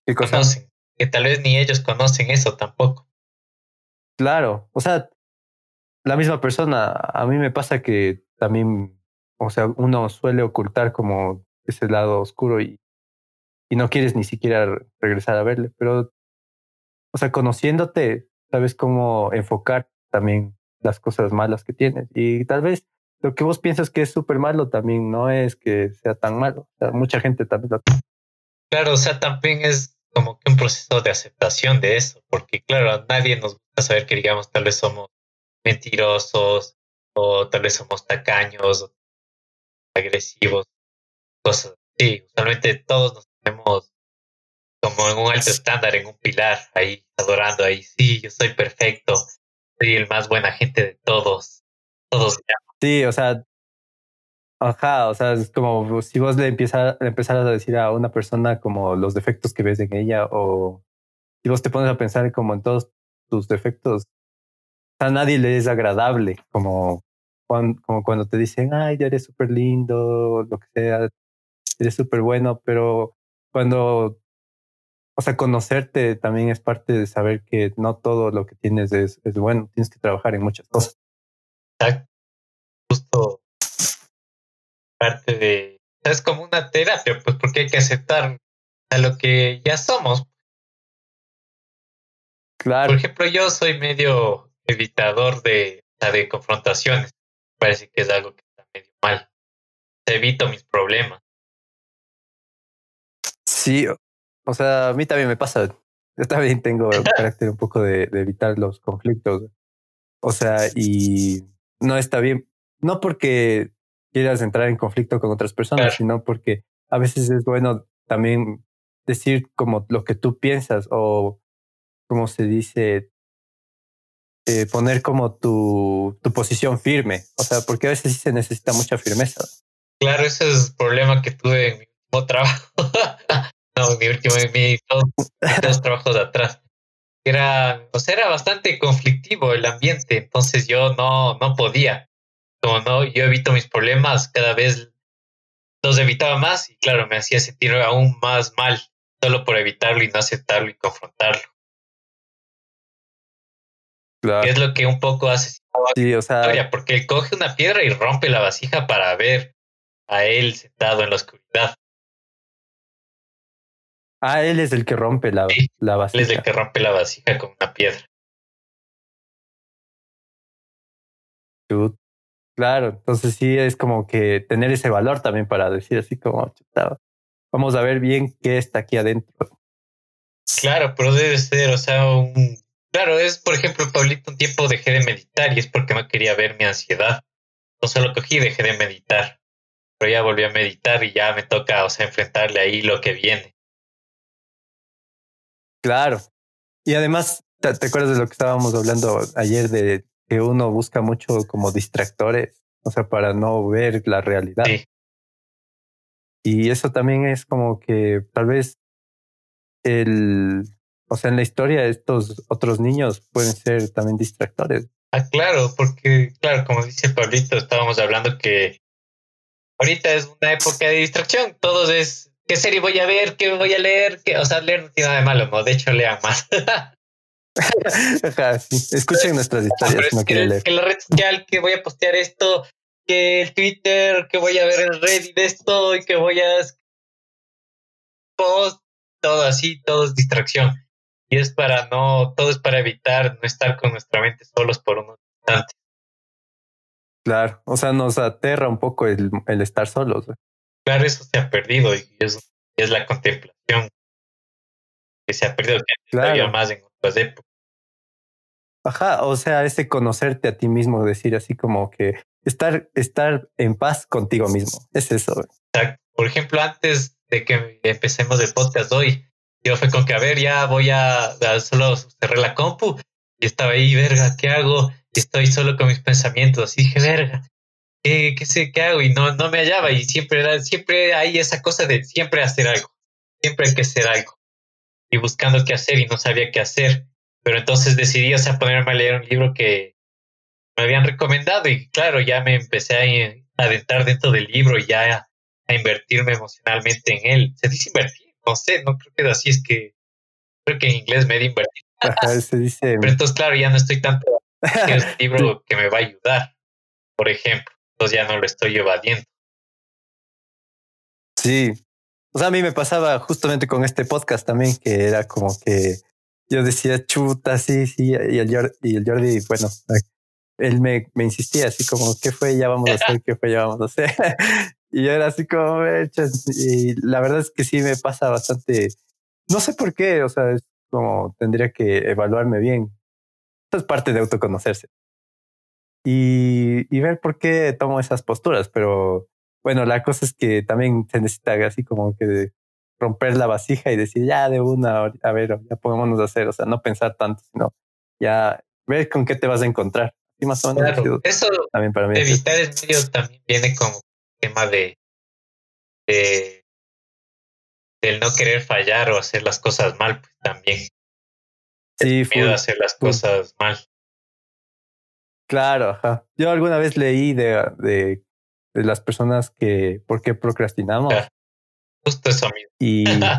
¿Qué cosa? conocen, que tal vez ni ellos conocen eso tampoco. Claro, o sea, la misma persona, a mí me pasa que también, o sea, uno suele ocultar como ese lado oscuro y, y no quieres ni siquiera re- regresar a verle, pero, o sea, conociéndote, sabes cómo enfocar también las cosas malas que tienes y tal vez lo que vos piensas que es súper malo también no es que sea tan malo. O sea, mucha gente también lo... Claro, o sea, también es como que un proceso de aceptación de eso, porque claro, a nadie nos gusta saber que digamos tal vez somos mentirosos o tal vez somos tacaños o agresivos, cosas así. Usualmente todos nos tenemos como en un alto estándar, en un pilar, ahí adorando ahí, sí, yo soy perfecto, soy el más buena gente de todos, todos me aman. Sí, o sea, ajá, o sea, es como si vos le empiezas, le empezaras a decir a una persona como los defectos que ves en ella o si vos te pones a pensar como en todos tus defectos, a nadie le es agradable, como cuando, como cuando te dicen, ay, ya eres súper lindo, lo que sea, eres súper bueno, pero cuando, o sea, conocerte también es parte de saber que no todo lo que tienes es, es bueno, tienes que trabajar en muchas cosas. Está justo parte de, es como una terapia, pues porque hay que aceptar a lo que ya somos. Por Claro, ejemplo, yo soy medio evitador de, o sea, de confrontaciones. Parece que es algo que está medio mal. Evito mis problemas. sí, o o sea, a mí también me pasa. Yo también tengo un carácter un poco de, de evitar los conflictos. O sea, y no está bien. No porque quieras entrar en conflicto con otras personas, Claro, sino porque a veces es bueno también decir como lo que tú piensas o como se dice, eh, poner como tu, tu posición firme. O sea, porque a veces sí se necesita mucha firmeza. claro, ese es el problema que tuve en mi último trabajo. No, mi último, mi, todos, mis dos trabajos de atrás. Era, o sea, era bastante conflictivo el ambiente, entonces yo no, no podía. Como no, yo evito mis problemas, cada vez los evitaba más y claro, me hacía sentir aún más mal, solo por evitarlo y no aceptarlo y confrontarlo. Que es Claro. lo que un poco hace Sí, o la sea, historia, porque él coge una piedra y rompe la vasija para ver a él sentado en la oscuridad. ah, él es el que rompe la, Sí, la él es el vasija. que rompe la vasija con una piedra. Chut. Claro, entonces sí es como que tener ese valor también para decir así como, chuta, vamos a ver bien qué está aquí adentro. Claro, pero debe ser, o sea, un... Claro, es, por ejemplo, Pablito, un tiempo dejé de meditar y es porque no quería ver mi ansiedad. Entonces lo cogí y dejé de meditar. Pero ya volví a meditar y ya me toca, o sea, enfrentarle ahí lo que viene. Claro. Y además, ¿te, te acuerdas de lo que estábamos hablando ayer de que uno busca mucho como distractores, o sea, para no ver la realidad? Sí. Y eso también es como que tal vez el, o sea, en la historia estos otros niños pueden ser también distractores. Ah, claro, porque, claro, como dice Pablito, estábamos hablando que ahorita es una época de distracción. Todos es, ¿qué serie voy a ver? ¿Qué voy a leer? ¿Qué? O sea, leer no tiene nada de malo, ¿no? De hecho, lean más. Ajá, sí. Escuchen nuestras historias Pero si es no quieren que, leer. que la red social, que voy a postear esto, que el Twitter, que voy a ver el Reddit esto y que voy a post, todo así, todo es distracción. Y es para no, todo es para evitar no estar con nuestra mente solos por unos instantes. Claro, o sea, nos aterra un poco el, el estar solos. ¿No? Claro, eso se ha perdido y es, es la contemplación que se ha perdido, que antes había Claro. más en otras épocas. Ajá, o sea, ese conocerte a ti mismo, decir así como que estar, estar en paz contigo mismo. Es eso. Güey. Por ejemplo, antes de que empecemos el podcast hoy, yo fue con que, a ver, ya voy a, a solo cerré la compu y estaba ahí, verga, ¿qué hago? Y estoy solo con mis pensamientos, así dije, verga, ¿qué, qué sé, qué hago? Y no, no me hallaba y siempre era, siempre hay esa cosa de siempre hacer algo, siempre hay que hacer algo y buscando qué hacer y no sabía qué hacer. Pero entonces decidí, o sea, ponerme a leer un libro que me habían recomendado y claro, ya me empecé a adentrar dentro del libro y ya a invertirme emocionalmente en él. Se dice invertir, no sé, no creo que es así, es que creo que en inglés medio invertido. Ajá, se dice. Pero entonces, claro, ya no estoy tanto en el libro Sí. que me va a ayudar, por ejemplo. Entonces ya no lo estoy evadiendo. Sí. O sea, a mí me pasaba justamente con este podcast también, que era como que yo decía chuta, sí, sí, y el Jordi, y el Jordi bueno, él me, me insistía así como, ¿qué fue? Ya vamos a hacer, ¿qué fue? Ya vamos a hacer. Y yo era así como, "Echas". Y la verdad es que sí me pasa bastante, no sé por qué, o sea, es como tendría que evaluarme bien. Esto es parte de autoconocerse y, y ver por qué tomo esas posturas. Pero bueno, la cosa es que también se necesita así como que romper la vasija y decir ya de una, a ver, ya pongámonos a hacer, o sea, no pensar tanto, sino ya ver con qué te vas a encontrar. Y más o menos ha Claro, sido eso también para mí. de Es eso. evitar el medio también viene como tema de, de del no querer fallar o hacer las cosas mal, pues también. Sí, Miedo a full, hacer las full. cosas mal. Claro, ajá. Yo alguna vez leí de, de, de las personas que por qué Ya, procrastinamos justo eso mismo. y,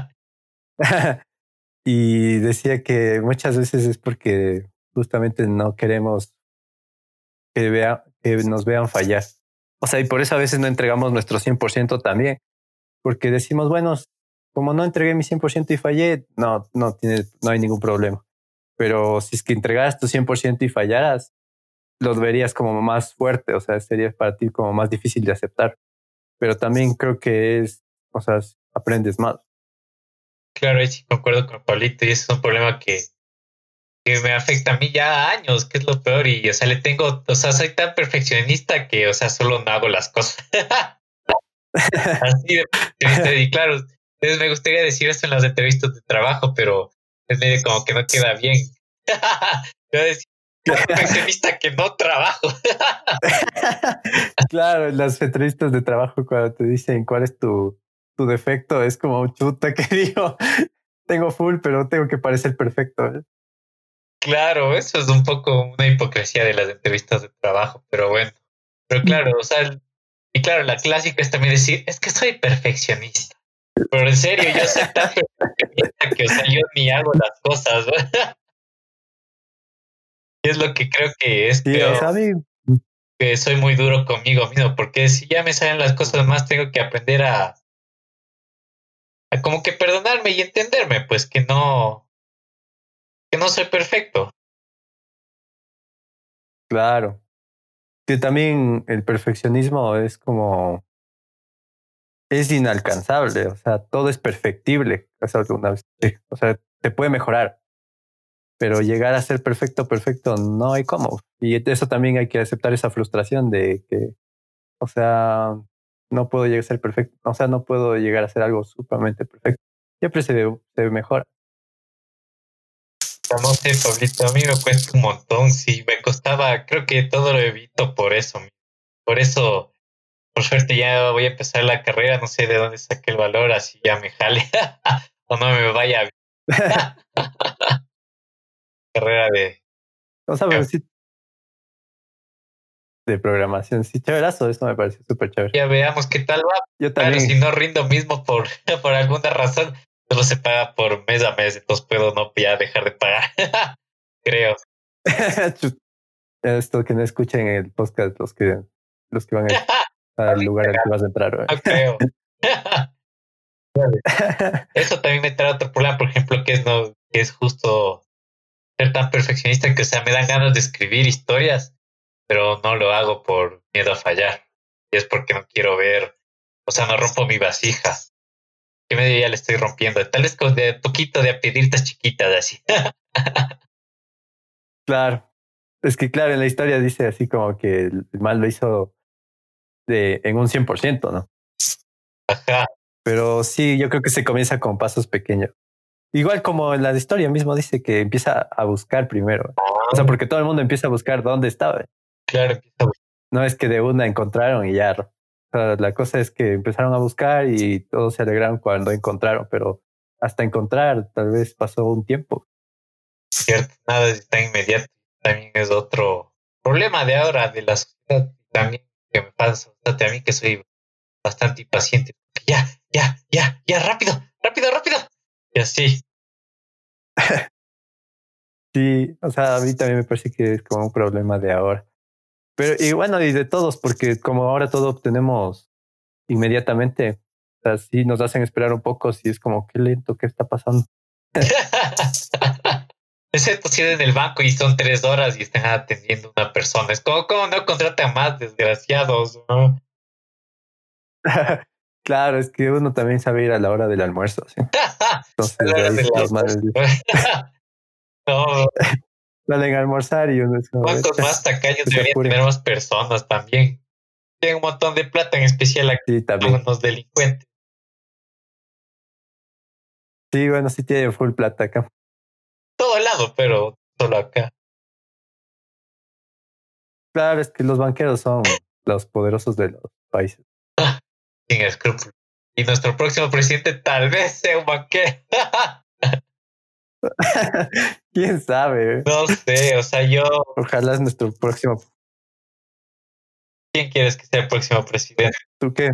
y decía que muchas veces es porque justamente no queremos que, vea, que nos vean fallar. O sea, y por eso a veces no entregamos nuestro cien por ciento también, porque decimos, bueno, como no entregué mi cien por ciento y fallé, no, no, tiene, no hay ningún problema. Pero si es que entregaras tu cien por ciento y fallaras, los verías como más fuerte, o sea, sería para ti como más difícil de aceptar. Pero también creo que es, o sea, aprendes más. Claro, ahí sí concuerdo con Pablito y ese es un problema que, que me afecta a mí ya años, que es lo peor. Y, o sea, le tengo, o sea, soy tan perfeccionista que, o sea, solo no hago las cosas. Así de perfeccionista. Y claro, entonces me gustaría decir esto en las entrevistas de trabajo, pero es medio como que no queda bien. Yo decía, perfeccionista que no trabajo. Claro, en las entrevistas de trabajo cuando te dicen cuál es tu, tu defecto, es como chuta que digo, tengo full, pero tengo que parecer perfecto. ¿Eh? Claro, eso es un poco una hipocresía de las entrevistas de trabajo, pero bueno. Pero claro, o sea, y claro, la clásica es también decir, es que soy perfeccionista. Pero en serio, yo soy tan perfeccionista que, o sea, yo ni hago las cosas, ¿no? Y es lo que creo que es Sí, o peor, sea, a mí, que soy muy duro conmigo mismo, porque si ya me salen las cosas más, tengo que aprender a, a como que perdonarme y entenderme, pues que no, que no soy perfecto. claro, que también el perfeccionismo es como, es inalcanzable, o sea, todo es perfectible. O sea, alguna vez, sí, o sea, te puede mejorar, pero llegar a ser perfecto, perfecto, no hay cómo. Y eso también hay que aceptar esa frustración de que, o sea, no puedo llegar a ser perfecto, o sea, no puedo llegar a ser algo sumamente perfecto. Siempre se, se mejora. No sé, Pablito, a mí me cuesta un montón, sí, me costaba, creo que todo lo evito por eso, por eso, por suerte ya voy a empezar la carrera, no sé de dónde saqué el valor, así ya me jale, o no me vaya bien. Carrera de, O sea, pero sí, de programación, sí, chéverazo, eso me parece súper chévere. ya veamos qué tal va. Yo Claro, si también. no rindo mismo por, por alguna razón, solo se paga por mes a mes, entonces puedo no ya dejar de pagar, creo. Esto que no escuchen el podcast, los que, los que van a- al lugar al que vas a entrar. No creo. Eso también me trae otro problema, por ejemplo, que es, no, que es justo ser tan perfeccionista que, o sea, me dan ganas de escribir historias, pero no lo hago por miedo a fallar. Y es porque no quiero ver, o sea, no rompo mi vasija. ¿Qué medio ya le estoy rompiendo? Tal vez con de poquito de piedritas chiquitas así. Claro. Es que, claro, en la historia dice así como que el mal lo hizo de, en un cien por ciento, ¿no? Ajá. Pero sí, yo creo que se comienza con pasos pequeños. Igual como en la historia mismo dice que empieza a buscar primero. O sea, porque todo el mundo empieza a buscar dónde estaba. Claro, empieza a buscar. No es que de una encontraron y ya. O sea, la cosa es que empezaron a buscar y todos se alegraron cuando encontraron, pero hasta encontrar tal vez pasó un tiempo. Cierto, nada es tan inmediato. También es otro problema de ahora de la sociedad. También que me pasa bastante a mí que soy bastante impaciente. Ya, ya, ya, ya, rápido, rápido, rápido. Y así. Sí, o sea, a mí también me parece que es como un problema de ahora. Pero, y bueno, y de todos, porque como ahora todo obtenemos inmediatamente, o sea, sí nos hacen esperar un poco, si es como, qué lento, ¿qué está pasando? Excepto si eres en el banco y son tres horas y están atendiendo a una persona. Es como, ¿cómo no contratan más desgraciados? ¿No? Claro, es que uno también sabe ir a la hora del almuerzo, ¿sí? A Entonces la hora ahí de la los manes No, salen a almorzar y uno es como, bancos "Echa, más tacaños que se deberían apuren". tener más personas también. Tienen un montón de plata, en especial aquí Sí, son también. unos delincuentes. Sí, bueno, sí tiene full plata acá. Todo lado, pero solo acá. Claro, es que los banqueros son los poderosos de los países. Sin escrúpulos. Y nuestro próximo presidente tal vez sea un banquero. ¿Quién sabe? No sé, o sea, yo, Ojalá es nuestro próximo. ¿quién quieres que sea el próximo presidente? ¿Tú qué?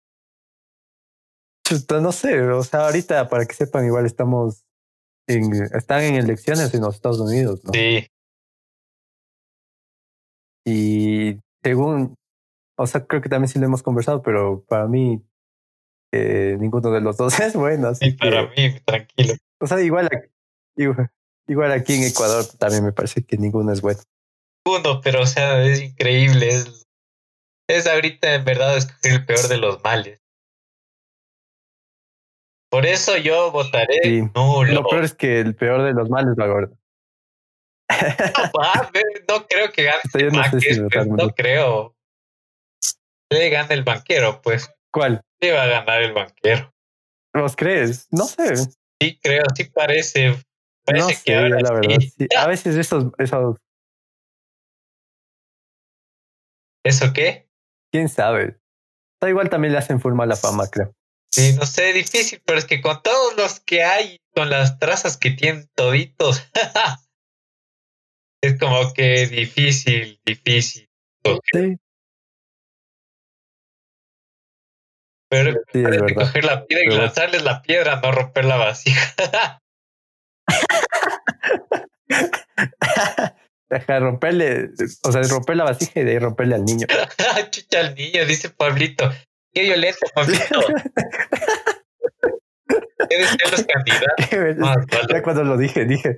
Chuta, no sé, o sea, ahorita para que sepan, igual estamos en, están en elecciones en los Estados Unidos, ¿no? Sí, Y según, o sea, creo que también sí lo hemos conversado, pero para mí eh, ninguno de los dos es bueno, y así para que, mí, tranquilo. o sea, igual, aquí- igual, igual aquí en Ecuador también me parece que ninguno es bueno. Uno, pero o sea, es increíble. Es, es ahorita en verdad escoger el peor de los males. Por eso yo votaré Sí, nulo. lo peor es que el peor de los males va gordo. No, va, ve, no creo que gane O sea, el yo no sé si banquero, votar pues no mucho. creo. Le gane el banquero, pues. ¿Cuál? Sí va a ganar el banquero. ¿Vos crees? No sé, Sí, creo, sí parece. no Parece que sé, ahora yo la verdad, sí. sí. A veces esos, esos, ¿Eso qué? quién sabe. Da igual también le hacen full mala fama, creo. Sí, no sé, difícil, pero es que con todos los que hay, con las trazas que tienen toditos, es como que difícil, difícil. Sí, Pero sí, es es de verdad. coger la piedra y Pero bueno. lanzarles la piedra, no romper la vasija. Deja romperle, o sea, romper la vasija y de ahí romperle al niño. Chucha al niño, dice Pablito. Qué violento, Pablito. Deben ser los candidatos. Más Ya malos. cuando lo dije, dije.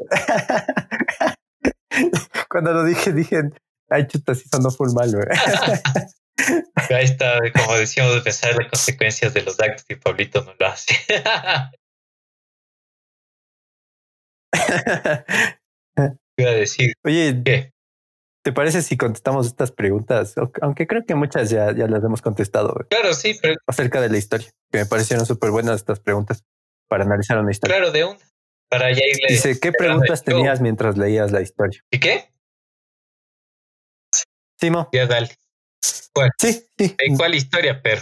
Cuando lo dije, dije, ay, chuta, sí sonó full mal, güey. Ahí está, como decíamos, de pensar las consecuencias de los actos y Pablito no lo hace. Iba a decir Oye, que, ¿te parece si contestamos estas preguntas? O- Aunque creo que muchas ya, ya las hemos contestado, güey, claro, sí, pero acerca de la historia, que me parecieron súper buenas estas preguntas para analizar una historia. claro, de una, para ya irle Dice, ¿qué cerrando el preguntas show. tenías mientras leías la historia? ¿Y qué? Simo, Ya dale. ¿Cuál? sí, sí. ¿De cuál historia, pero?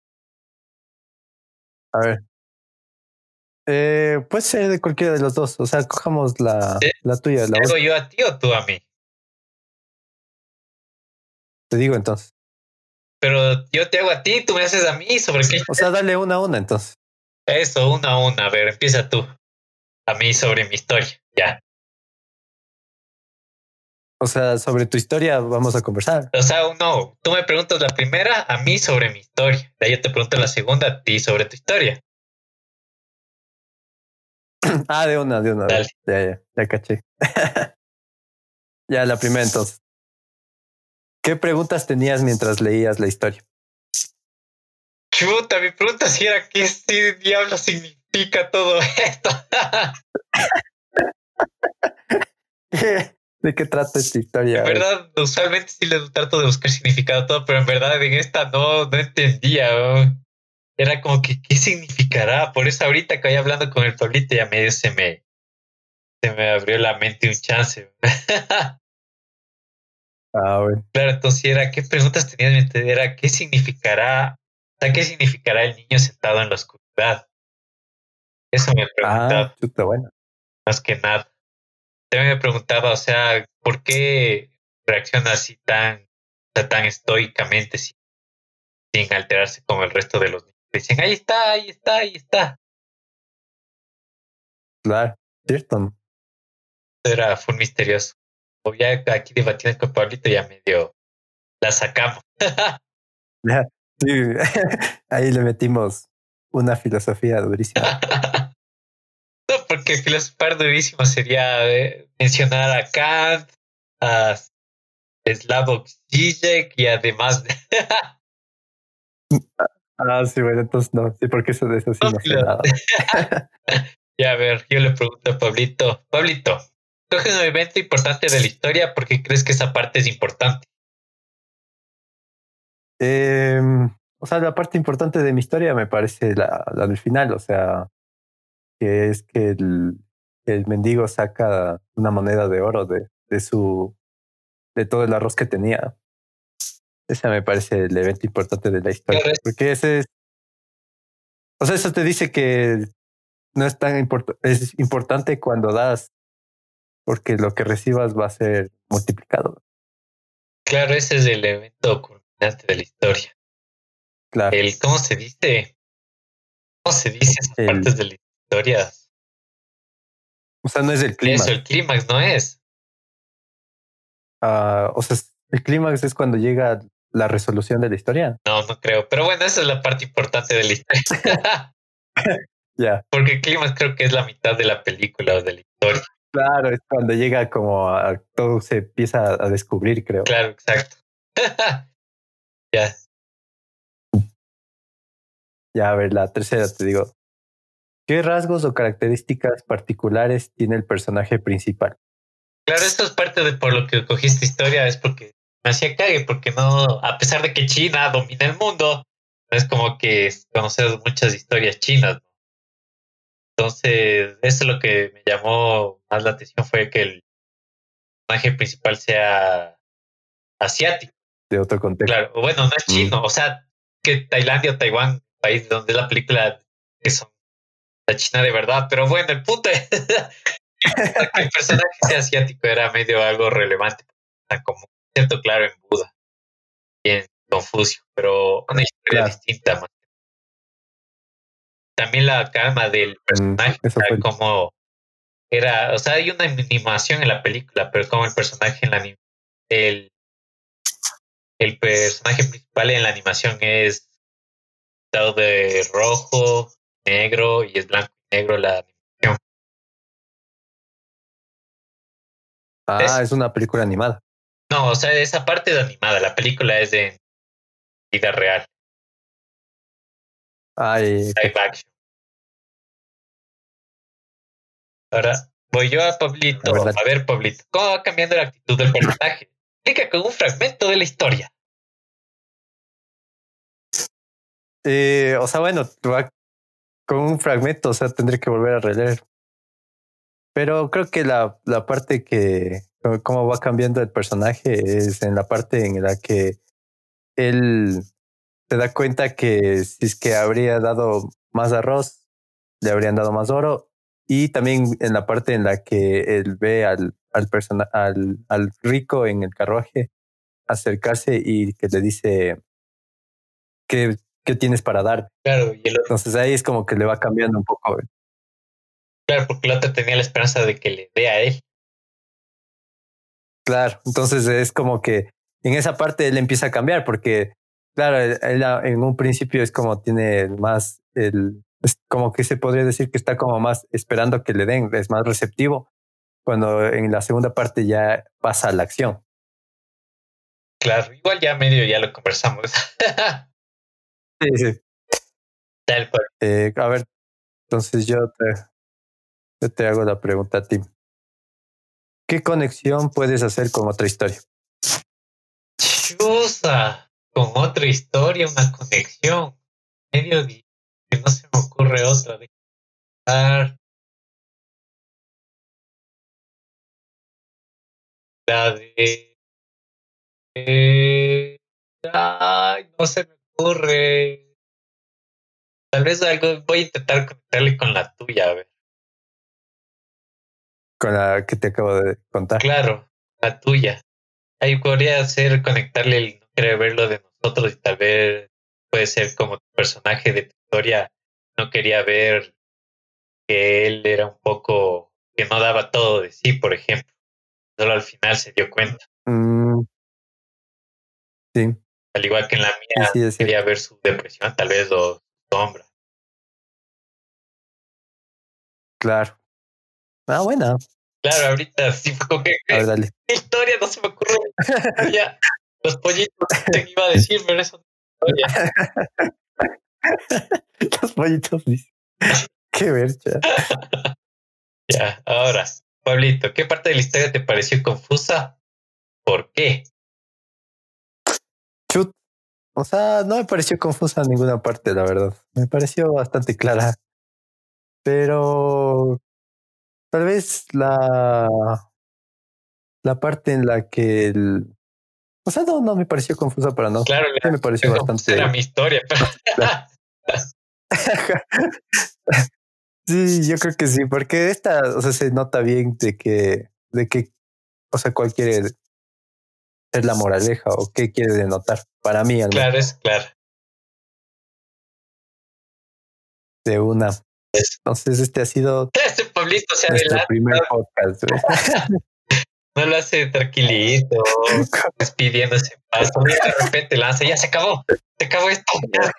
A ver. Eh, puede ser de cualquiera de los dos. O sea, cojamos la, ¿Te, la tuya, la te hago última. yo a ti o tú a mí? Te digo entonces. Pero yo te hago a ti, tú me haces a mí, ¿sobre qué? O sea, dale una a una entonces. Eso, una a una. A ver, empieza tú. A mí sobre mi historia. Ya. O sea, sobre tu historia vamos a conversar. O sea, no, tú me preguntas la primera a mí sobre mi historia. De ahí yo te pregunto la segunda a ti sobre tu historia. Ah, de una, de una. Dale. Ya, ya, ya caché. Ya, la primera entonces. ¿Qué preguntas tenías mientras leías la historia? Chuta, mi pregunta si era qué sí, diablo significa todo esto. ¿De qué trata esta historia? En A ver. verdad, usualmente sí le trato de buscar significado a todo, pero en verdad en esta no, no entendía. ¿No? Era como que, ¿qué significará? Por eso ahorita que vaya hablando con el Pablito ya medio se me, se me abrió la mente un chance. Ah, bueno. Claro, entonces era, ¿qué preguntas tenías en mente? Era, ¿qué significará? O sea, ¿qué significará el niño sentado en la oscuridad? Eso me Ah, preguntaba chuta, bueno. más que nada. También me preguntaba, o sea, ¿por qué reacciona así tan, o sea, tan estoicamente sin, sin alterarse como el resto de los niños? Dicen, ahí está, ahí está, ahí está. Claro. ¿cierto? Era full misterioso. O ya aquí debatiendo con Pablito ya medio la sacamos. Ya, sí, ahí le metimos una filosofía durísima. No, porque filosofar durísimo sería eh, mencionar a Kant, a Slavoj Žižek y además de Ah, sí, bueno, entonces no, sí, porque eso de eso sí no, no sé filo- nada. Ya, a ver, yo le pregunto a Pablito, Pablito, coge un evento importante de la historia porque crees que esa parte es importante. Eh, o sea, la parte importante de mi historia me parece la, la del final, o sea, que es que el, el mendigo saca una moneda de oro de, de su de todo el arroz que tenía. Ese me parece el evento importante de la historia, Claro, es, porque ese es, o sea, eso te dice que no es tan importante, es importante cuando das, porque lo que recibas va a ser multiplicado. claro, ese es el evento culminante de la historia. Claro, El, ¿cómo se dice? ¿Cómo se dice esas el, partes de la historia? o sea, no es el Eso, clímax. el clímax, ¿no es? Uh, o sea, el clímax es cuando llega la resolución de la historia. No, no creo. Pero bueno, esa es la parte importante de la historia. Ya, Porque el clímax creo que es la mitad de la película o de la historia. claro, es cuando llega como a, todo se empieza a descubrir, creo. Claro, exacto. Ya. Ya, a ver, la tercera te digo, ¿qué rasgos o características particulares tiene el personaje principal? Claro, esto es parte de por lo que cogiste historia, es porque me hacía cague, porque no, a pesar de que China domina el mundo, no es como que conoces muchas historias chinas, ¿no? Entonces, eso es lo que me llamó más la atención, fue que el personaje principal sea asiático. De otro contexto. Claro, o bueno, no es Mm. chino, o sea, que Tailandia o Taiwán, país donde es la película que son la China de verdad, pero bueno, el punto es que el personaje sea asiático era medio algo relevante, tan como cierto claro en Buda y en Confucio, pero una historia Claro, distinta. Man. También la calma del mm, personaje, eso fue. como era, o sea, hay una animación en la película, pero como el personaje en la el, el personaje principal en la animación es dado de rojo, negro y es blanco y negro la animación. Ah, Es, es una película animada. no, o sea, esa parte es animada, la película es de vida real, Ay, live ok. action. Ahora voy yo a A Pablito. ver, dale. A ver, Pablito, ¿cómo va cambiando la actitud del personaje? Explica con un fragmento de la historia. Eh, o sea, bueno, va con un fragmento, o sea, tendré que volver a releer. Pero creo que la, la parte que, cómo va cambiando el personaje es en la parte en la que él se da cuenta que si es que habría dado más arroz, le habrían dado más oro. Y también en la parte en la que él ve al, al, persona, al, al rico en el carruaje acercarse y que le dice, ¿qué, qué tienes para dar? Claro, y el otro, Entonces ahí es como que le va cambiando un poco. claro, porque el otro tenía la esperanza de que le dé a él. Claro, entonces es como que en esa parte él empieza a cambiar porque, claro, él, él en un principio es como tiene más, el, es como que se podría decir que está como más esperando que le den, es más receptivo, cuando en la segunda parte ya pasa a la acción. Claro, igual ya medio ya lo conversamos. Sí, sí. Tal cual. Eh, a ver, entonces yo te, yo te hago la pregunta a ti. ¿Qué conexión puedes hacer con otra historia? Chusa, con otra historia, una conexión. Medio di- que no se me ocurre otra. De contar. La de. eh, ay, no se me ocurre. Tal vez algo. Voy a intentar conectarle con la tuya, a ver. Con la que te acabo de contar. Claro, la tuya. Ahí podría ser conectarle el no querer verlo de nosotros y tal vez puede ser como tu personaje de tu historia no quería ver que él era un poco que no daba todo de sí, por ejemplo. Solo al final se dio cuenta. Mm, sí, Al igual que en la sí, mía, sí, es quería cierto. ver su depresión, tal vez, o su sombra. Claro. Ah, bueno. Claro, ahorita sí fue como que, A ver, ¿qué dale. historia? No se me ocurre. Ya, los pollitos, te iba a decir, pero eso no es historia. Los pollitos, dice. Qué vercha. Ya, ahora, Pablito, ¿qué parte de la historia te pareció confusa? ¿Por qué? Chut. O sea, no me pareció confusa en ninguna parte, la verdad. Me pareció bastante clara. Pero tal vez la, la parte en la que el... O sea, no, no me pareció confusa para no. Claro, Sí, la me pareció que confusa era bastante... mi historia, pero clara. Sí, yo creo que sí, porque esta, o sea, se nota bien de que, de que, o sea, cuál quiere ser la moraleja o qué quiere denotar. Para mí, al menos, claro, es claro. de una. Es- Entonces, este ha sido Este Pablito se nuestro adelanta, primer podcast. güey. no lo hace tranquilito, despidiéndose en paz. Mira, de repente lanza, ya se acabó, se acabó esto. Ya.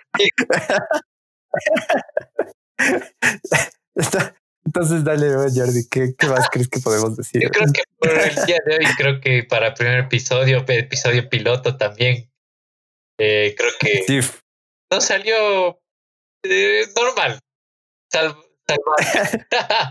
Entonces, dale, Jordi, ¿qué, qué más crees que podemos decir? Yo creo que por el día de hoy, creo que para primer episodio, episodio piloto también, eh, creo que Sí, no salió eh, normal, sal, salvable.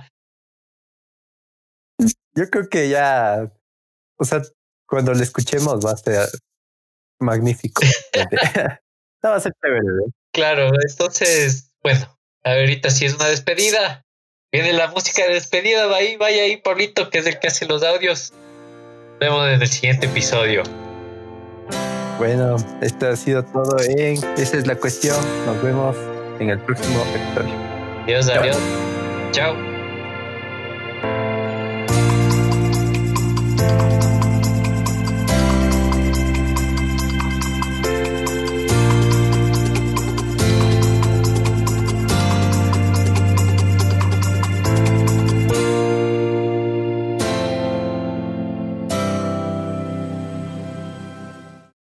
yo creo que ya, o sea, cuando lo escuchemos va a ser magnífico. No, va a ser chévere, ¿eh? Claro, entonces, bueno, ahorita sí es una despedida. Viene la música de despedida, va ahí, vaya ahí, Pablito, que es el que hace los audios. Nos vemos en el siguiente episodio. Bueno, esto ha sido todo en Esa es la cuestión. Nos vemos en el próximo episodio. Adiós, Chao. adiós. Chao.